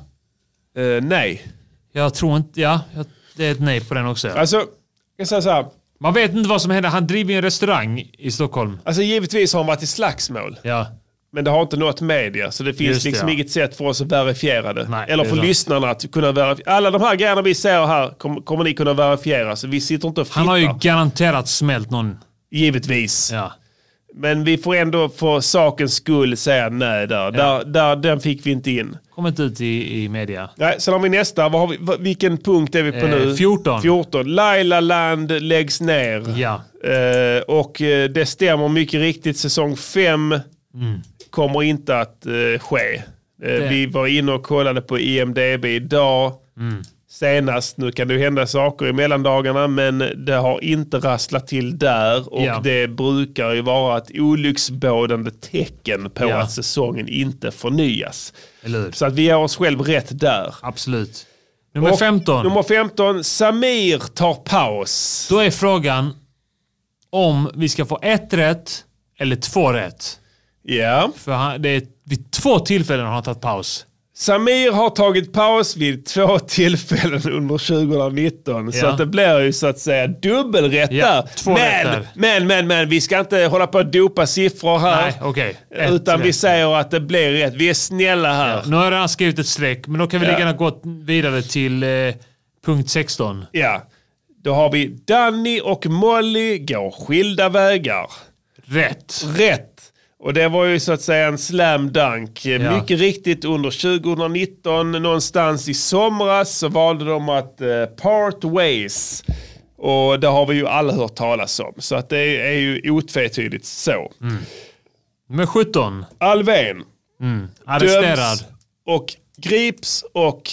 Nej. Jag tror inte, det är ett nej på den också. Alltså, jag säger så här. Man vet inte vad som händer. Han driver en restaurang i Stockholm. Alltså givetvis har han varit i slagsmål. Ja. Men det har inte nått media. Så det finns liksom inget sätt för oss att verifiera det. Nej, eller för lyssnarna att kunna verifiera. Alla de här grejerna vi ser här kommer ni kunna verifiera. Så vi sitter inte och fittar. Han har ju garanterat smält någon. Givetvis. Ja. Men vi får ändå för sakens skull säga nej där. Där den fick vi inte in. Kom inte ut i media. Nej, sen har vi nästa. Vilken punkt är vi på nu? 14. Laila Land läggs ner. Ja. Och det stämmer mycket riktigt. Säsong 5 kommer inte att ske. Vi var inne och kollade på IMDb idag. Senast, nu kan det hända saker i mellandagarna, men det har inte rasslat till där och det brukar ju vara ett olycksbådande tecken på att säsongen inte förnyas. Så att vi gör oss själv rätt där. Absolut. Nummer 15. Nummer 15, Samir tar paus. Då är frågan om vi ska få 1 rätt eller 2 rätt. Ja. För det är vid 2 tillfällen har han tagit paus. Samir har tagit paus vid 2 tillfällen under 2019. Så att det blir ju så att säga dubbelrätt där. Men vi ska inte hålla på att dopa siffror här. Nej, okej. Utan vi säger att det blir rätt. Vi är snälla här. Ja, nu har jag redan skrivit ett streck, men då kan vi lika gärna gå vidare till punkt 16. Ja, då har vi Danny och Molly går skilda vägar. Rätt. Och det var ju så att säga en slam dunk. Mycket riktigt under 2019, någonstans i somras, så valde de att part ways. Och det har vi ju alla hört talas om. Så att det är ju otvetydigt så. Med 17. Alvén. Arresterad. Och grips och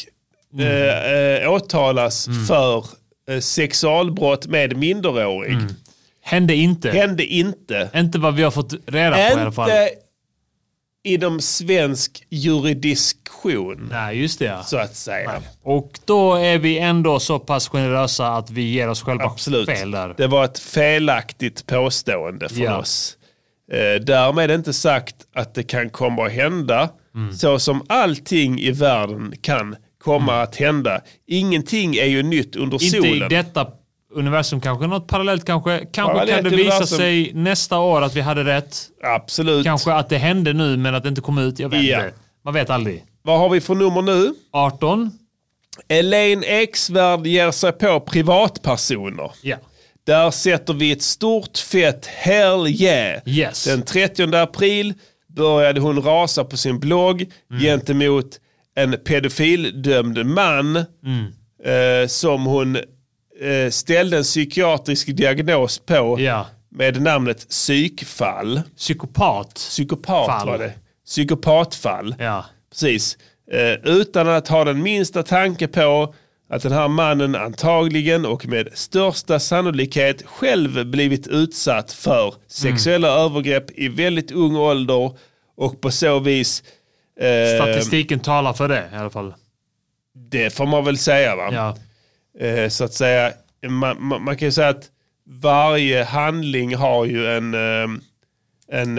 åtalas för sexualbrott med minderårig. Hände inte. Inte vad vi har fått reda på i alla fall. Inte inom svensk juridiktion. Nej, just det. Så att säga. Nej. Och då är vi ändå så pass generösa att vi ger oss själva fel där. Det var ett felaktigt påstående för oss. Därmed är inte sagt att det kan komma att hända så som allting i världen kan komma att hända. Ingenting är ju nytt under solen. Inte i detta universum kanske, något parallellt kanske kan det visa sig nästa år att vi hade rätt. Absolut. Kanske att det hände nu men att det inte kom ut, jag vet inte. Man vet aldrig. Vad har vi för nummer nu? 18. Elaine Eksvärd ger sig på privatpersoner. Ja. Där sätter vi ett stort fett hell yeah. Yes. Den 30 april började hon rasa på sin blogg gentemot en pedofildömd man som hon ställde en psykiatrisk diagnos på med namnet psykfall. Psykopat var det. Psykopatfall. Ja. Precis. Utan att ha den minsta tanke på att den här mannen antagligen och med största sannolikhet själv blivit utsatt för sexuella övergrepp i väldigt ung ålder och på så vis... Statistiken talar för det i alla fall. Det får man väl säga, va? Ja. Så att säga, man kan ju säga att varje handling har ju en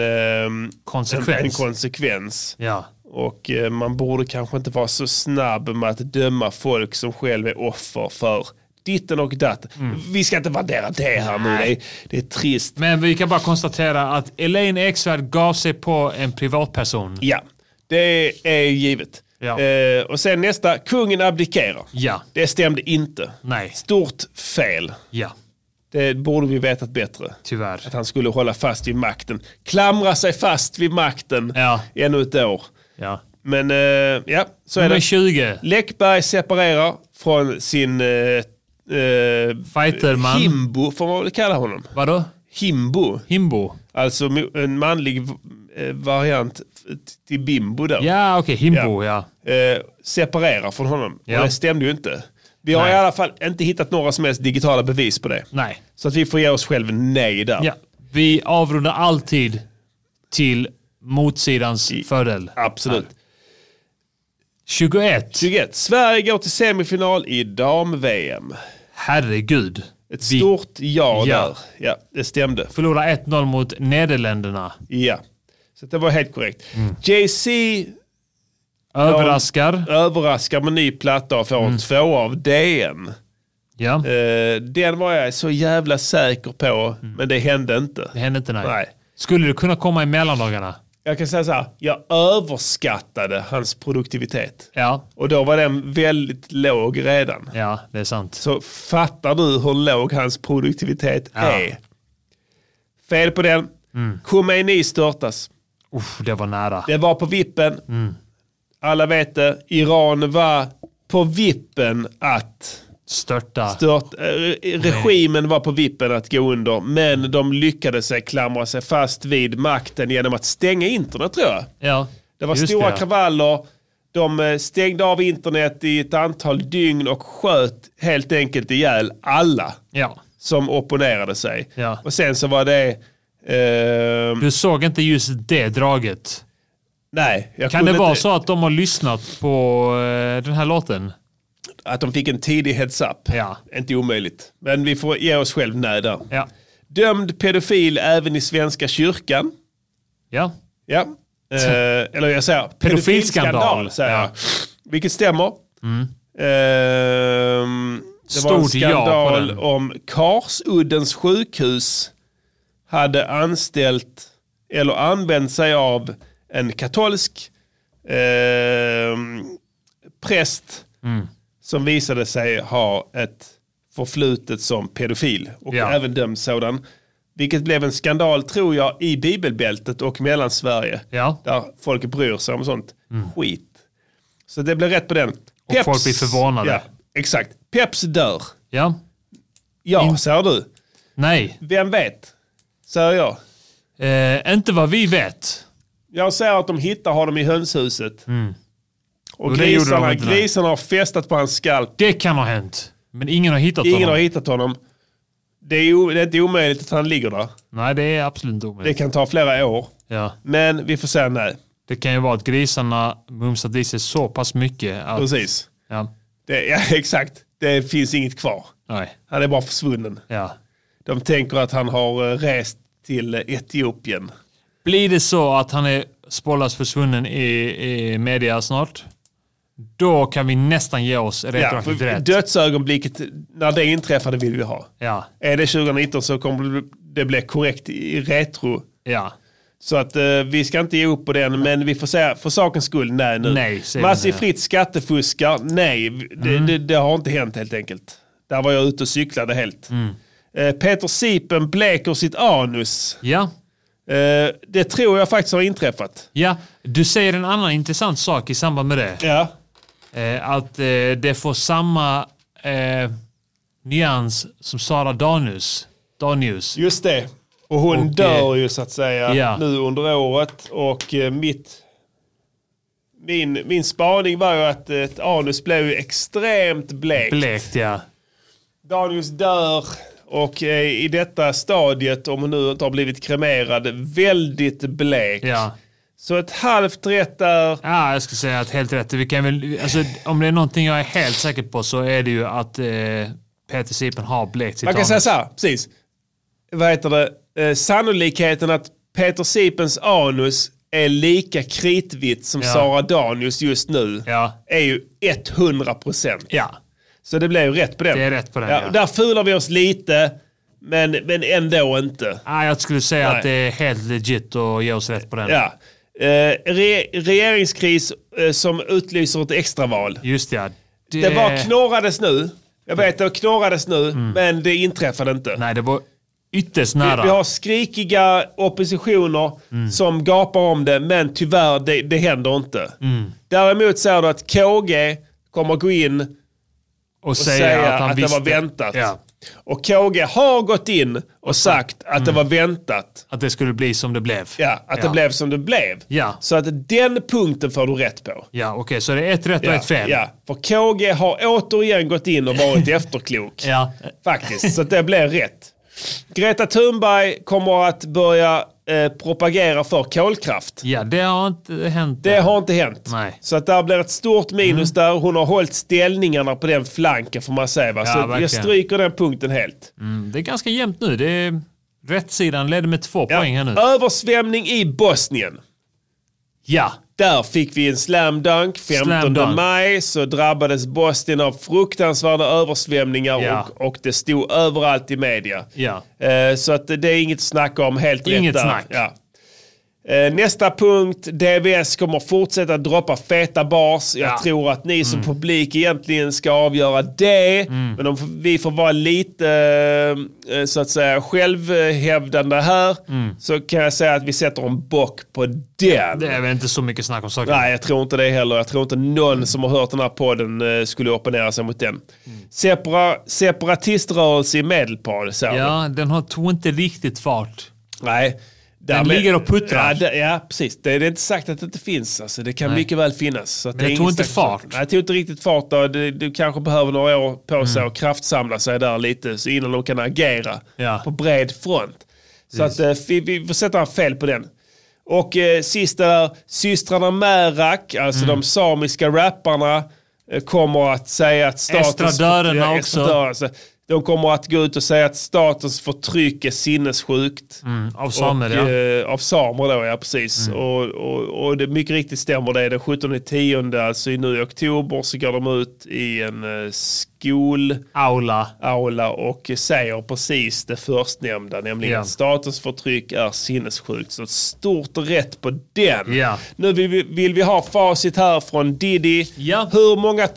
konsekvens. Ja. Och man borde kanske inte vara så snabb med att döma folk som själv är offer för ditten och datten. Vi ska inte värdera det här nu. Det är trist. Men vi kan bara konstatera att Elaine Eksvärd gav sig på en privatperson. Ja, det är givet. Ja. Och sen nästa, kungen abdikerar. Ja. Det stämde inte. Nej. Stort fel. Ja. Det borde vi vetat bättre. Tyvärr. Att han skulle hålla fast vid makten. Klamra sig fast vid makten ännu ett år. Ja. Men så är det. 20. Läckberg separerar från sin fighterman. Himbo, får man väl kalla honom. Vadå? Himbo. Alltså en manlig variant till bimbo där. Ja, okej. Himbo, separerar från honom. Och det stämde ju inte. Vi har i alla fall inte hittat några som helst digitala bevis på det. Nej. Så att vi får ge oss själva nej där. Ja. Vi avrundar alltid till motsidans fördel. Absolut. 21. Sverige går till semifinal i dam-VM. Herregud. Ett stort där. Ja, det stämde. Förlora 1-0 mot Nederländerna. Ja, så det var helt korrekt. JC överraskar med ny platta och får en 2 av DN. Ja. Den var jag så jävla säker på, men det hände inte. Det hände inte, nej. Skulle det kunna komma i mellandagarna? Jag kan säga så här, jag överskattade hans produktivitet. Ja. Och då var den väldigt låg redan. Ja, det är sant. Så fattar du hur låg hans produktivitet är? Fel på den. Khomeini störtas. Det var nära. Det var på vippen. Alla vet det. Iran var på vippen att Regimen var på vippen att gå under, men de lyckades klamra sig fast vid makten genom att stänga internet, tror jag. Ja, det var stora kravaller. De stängde av internet i ett antal dygn och sköt helt enkelt ihjäl alla som opponerade sig. Ja. Och sen så var det... Du såg inte just det draget? Nej. Kan det vara så att de har lyssnat på den här låten? Att de fick en tidig heads up. Ja. Inte omöjligt. Men vi får ge oss själv där. Ja. Dömd pedofil även i Svenska kyrkan. Ja. Ja. Eller jag säger pedofilskandal. Vilket stämmer. Det var en skandal om Karsuddens sjukhus hade anställt eller använt sig av en katolsk präst som visade sig ha ett förflutet som pedofil och även dömd sådan. Vilket blev en skandal, tror jag, i bibelbältet och Mellansverige. Ja. Där folk bryr sig om sånt skit. Så det blev rätt på den. Och folk blir förvånade. Ja, exakt. Peps dör. Ja. Ja, säger du. Nej. Vem vet? Säger jag. Inte vad vi vet. Jag säger att de hittar honom i hönshuset. Och grisarna har festat på hans skalp. Det kan ha hänt. Men ingen har hittat honom. Det är inte omöjligt att han ligger där. Nej, det är absolut inte omöjligt. Det kan ta flera år. Ja. Men vi får säga nej. Det kan ju vara att grisarna mumsat i sig så pass mycket. Att, precis. Ja. Exakt. Det finns inget kvar. Nej. Han är bara försvunnen. Ja. De tänker att han har rest till Etiopien. Blir det så att han är spårlöst försvunnen i media snart, då kan vi nästan ge oss retroaktivt rätt. Dödsögonblicket, när det inträffade, vill vi ha. Ja. Är det 2019 så kommer det bli korrekt i retro. Ja. Så att vi ska inte ge upp på den, men vi får säga för sakens skull nej nu. Nej, Massi Fritt skattefuskar, nej. Det har inte hänt helt enkelt. Där var jag ute och cyklade helt. Peter Sipen bleker sitt anus. Ja. Det tror jag faktiskt har inträffat. Ja, du säger en annan intressant sak i samband med det. Ja. Att det får samma nyans som Sara Danius. Just det. Och hon dör ju så att säga nu under året. Och min spaning var ju att ett anus blev ju extremt blekt. Ja. Danius dör. Och i detta stadiet, om hon nu inte har blivit kremerad, väldigt blek. Ja. Så ett halvt rätt där. Ja, jag ska säga att helt rätt. Vi kan väl, alltså, om det är någonting jag är helt säker på så är det ju att Peter Sipen har blekt sitt anus. Man kan säga så här, precis. Vad heter det? Sannolikheten att Peter Sipens anus är lika kritvitt som Sara Danius just nu är ju 100%. Ja. Så det blir ju rätt på den. Det är rätt på den, Där fular vi oss lite, men ändå inte. Jag skulle säga att det är helt legit att ge oss rätt på den. Ja. Regeringskris som utlyser ett extraval. Just det. Det var knorrades nu. Jag vet, det knorrades nu, men det inträffade inte. Nej, det var ytterst nära. Vi har skrikiga oppositioner som gapar om det, men tyvärr, det händer inte. Däremot säger du att KG kommer gå in och säga att det var väntat. Ja. Och KG har gått in och sagt att det var väntat. Att det skulle bli som det blev. Ja, att det blev som det blev. Ja. Så att den punkten får du rätt på. Ja, okej. Så det är ett rätt och ett fel. Ja, för KG har återigen gått in och varit efterklok. Ja. Faktiskt, så att det blir rätt. Greta Thunberg kommer att börja propagera för kolkraft. Ja, det har inte hänt. Det har inte hänt. Nej. Så att där blir ett stort minus där. Hon har hållit ställningarna på den flanken, får man säga. Va? Så jag stryker den punkten helt. Det är ganska jämnt nu. Det är rätt sidan ledde med 2 poäng här nu. Översvämning i Bosnien. Ja. Där fick vi en slam dunk. 15 maj så drabbades Bosnien av fruktansvärda översvämningar och det stod överallt i media. Ja. Så att det är inget snack om, helt inget rätt där. Snack. Ja. Nästa punkt, DVS kommer fortsätta droppa feta bars. Jag tror att ni som publik egentligen ska avgöra det. Men om vi får vara lite så att säga självhävdande här, så kan jag säga att vi sätter en bock på den. Det är väl inte så mycket snack om saker. Nej, jag tror inte det heller. Jag tror inte någon som har hört den här podden skulle opponera sig mot den. Separatiströrelse i Medelpad. Ja, den tog inte riktigt fart. Nej. Den ligger och puttrar. Ja, precis. Det är inte sagt att det inte finns. Alltså, det kan mycket väl finnas. Så att men det tog inte fart. Nej, det tog inte riktigt fart. Du kanske behöver några år på sig och kraftsamla sig där lite så innan de kan agera på bred front. Så att vi får sätta fel på den. Och sista där, systrarna Märak, alltså de samiska rapparna, kommer att säga att estradörerna också. De kommer att gå ut och säga att statens förtryck är sinnessjukt. Av samer, av samer då, ja precis. Och det mycket riktigt stämmer det. Den 17/10, alltså nu i oktober, så går de ut i en aula och säger precis det förstnämnda, nämligen att statens förtryck är sinnessjukt. Så ett stort rätt på den. Ja. Nu vill vi ha facit här från Diddy. Ja. Hur många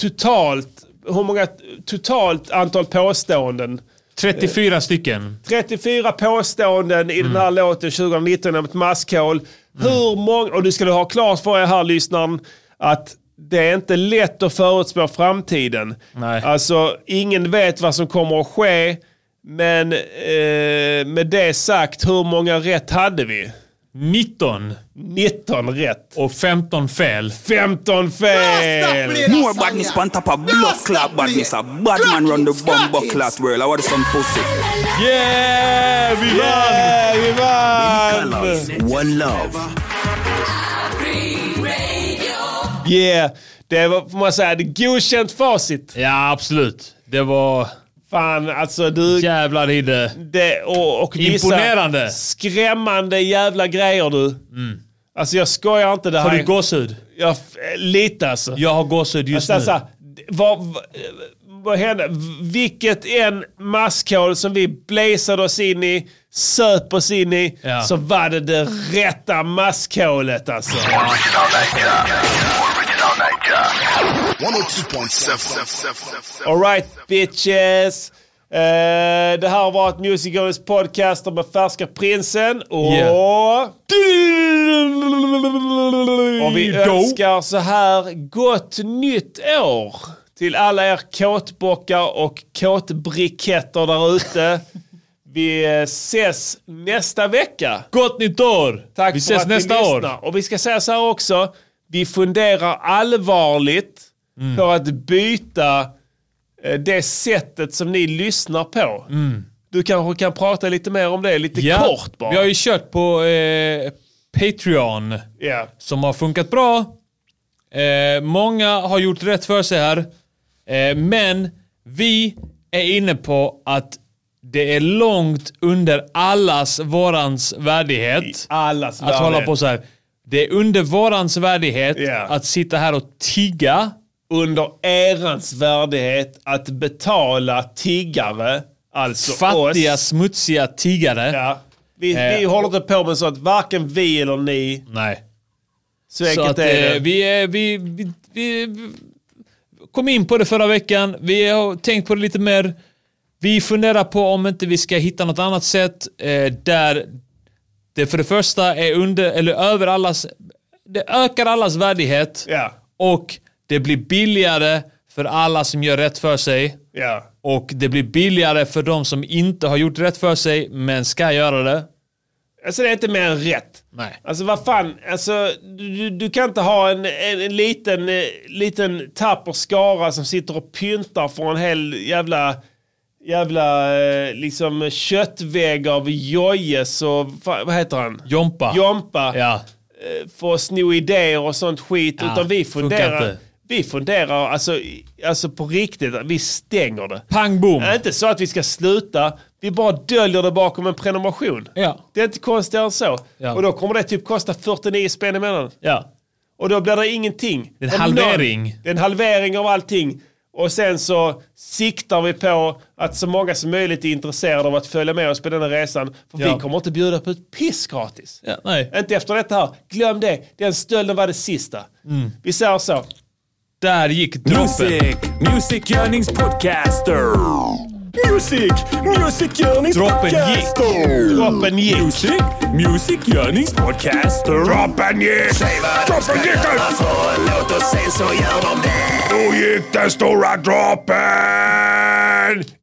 totalt antal påståenden? 34 stycken. 34 påståenden i den här låten 2019 om ett maskhål. Hur många, och du ska ha klart för er här, lyssnaren, att det är inte lätt att förutspå framtiden. Nej. Alltså, ingen vet vad som kommer att ske, men med det sagt, hur många rätt hade vi? 19 rätt. Och 15 fel. 15 fel! More badness on top of blood clot badness. A bad man run the bomb clot world. I want some pussy. Yeah, vi vann! One love. Yeah, det var, får man säga, det godkänt facit. Ja, absolut. Det var... Fan, alltså du... Jävlar Hidde. Och imponerande. Skrämmande jävla grejer du. Alltså jag skojar inte det här. Har du gåshud? Ja, lite alltså. Jag har gåshud just nu. Vad hände? Vilket en maskhål som vi blazade oss in i, söp oss in i, så var det rätta maskhålet alltså. All right, bitches. Det här var ett Music Owners podcaster med Färska Prinsen. Och vi önskar så här gott nytt år till alla er kåtbockar och kåtbriketter där ute. Vi ses nästa vecka. Gott nytt år! Tack vi för ses att nästa ni år. lyssnar. Och vi ska säga så här också. Vi funderar allvarligt på att byta det sättet som ni lyssnar på. Du kanske kan prata lite mer om det, lite kort bara. Vi har ju kört på Patreon som har funkat bra. Många har gjort rätt för sig här. Men vi är inne på att det är långt under allas vårans värdighet. Allas att hålla på så här. Det är under vårans värdighet att sitta här och tigga. Under erans värdighet att betala tiggare. Alltså fattiga, smutsiga tiggare. Ja. Vi håller inte på med så att varken vi eller ni. Nej. Så enkelt är det. Vi kom in på det förra veckan. Vi har tänkt på det lite mer. Vi funderar på om inte vi ska hitta något annat sätt där det för det första är under eller över allas. Det ökar allas värdighet. Och det blir billigare för alla som gör rätt för sig. Och det blir billigare för de som inte har gjort rätt för sig men ska göra det. Alltså det är inte mer än rätt. Nej. Alltså vad fan, alltså du kan inte ha en liten tapper skara som sitter och pyntar för en hel jävla liksom köttvägg av Jojes och vad heter han? Jompa. Ja. För att sno idéer och sånt skit. Utan vi funderar alltså på riktigt, vi stänger det. Pang boom. Det är inte så att vi ska sluta. Vi bara döljer det bakom en prenumeration. Ja. Det är inte konstigare än så. Ja. Och då kommer det typ kosta 49 spänn i månaden. Ja. Och då blir det ingenting. Det är en halvering. Det är en halvering av allting. Och sen så siktar vi på att så många som möjligt är intresserade av att följa med oss på den här resan. För vi kommer inte bjuda på ett piss gratis. Ja, nej. Inte efter detta här. Glöm det. Den stölden var det sista. Vi säger så. Där gick droppen. Musikgörningspodcaster. Musikgörningspodcaster. Droppen gick. Musikgörningspodcaster. Droppen gick. Säg vad droppen gick. Låt oss se så gör de det. Då gick den stora droppen.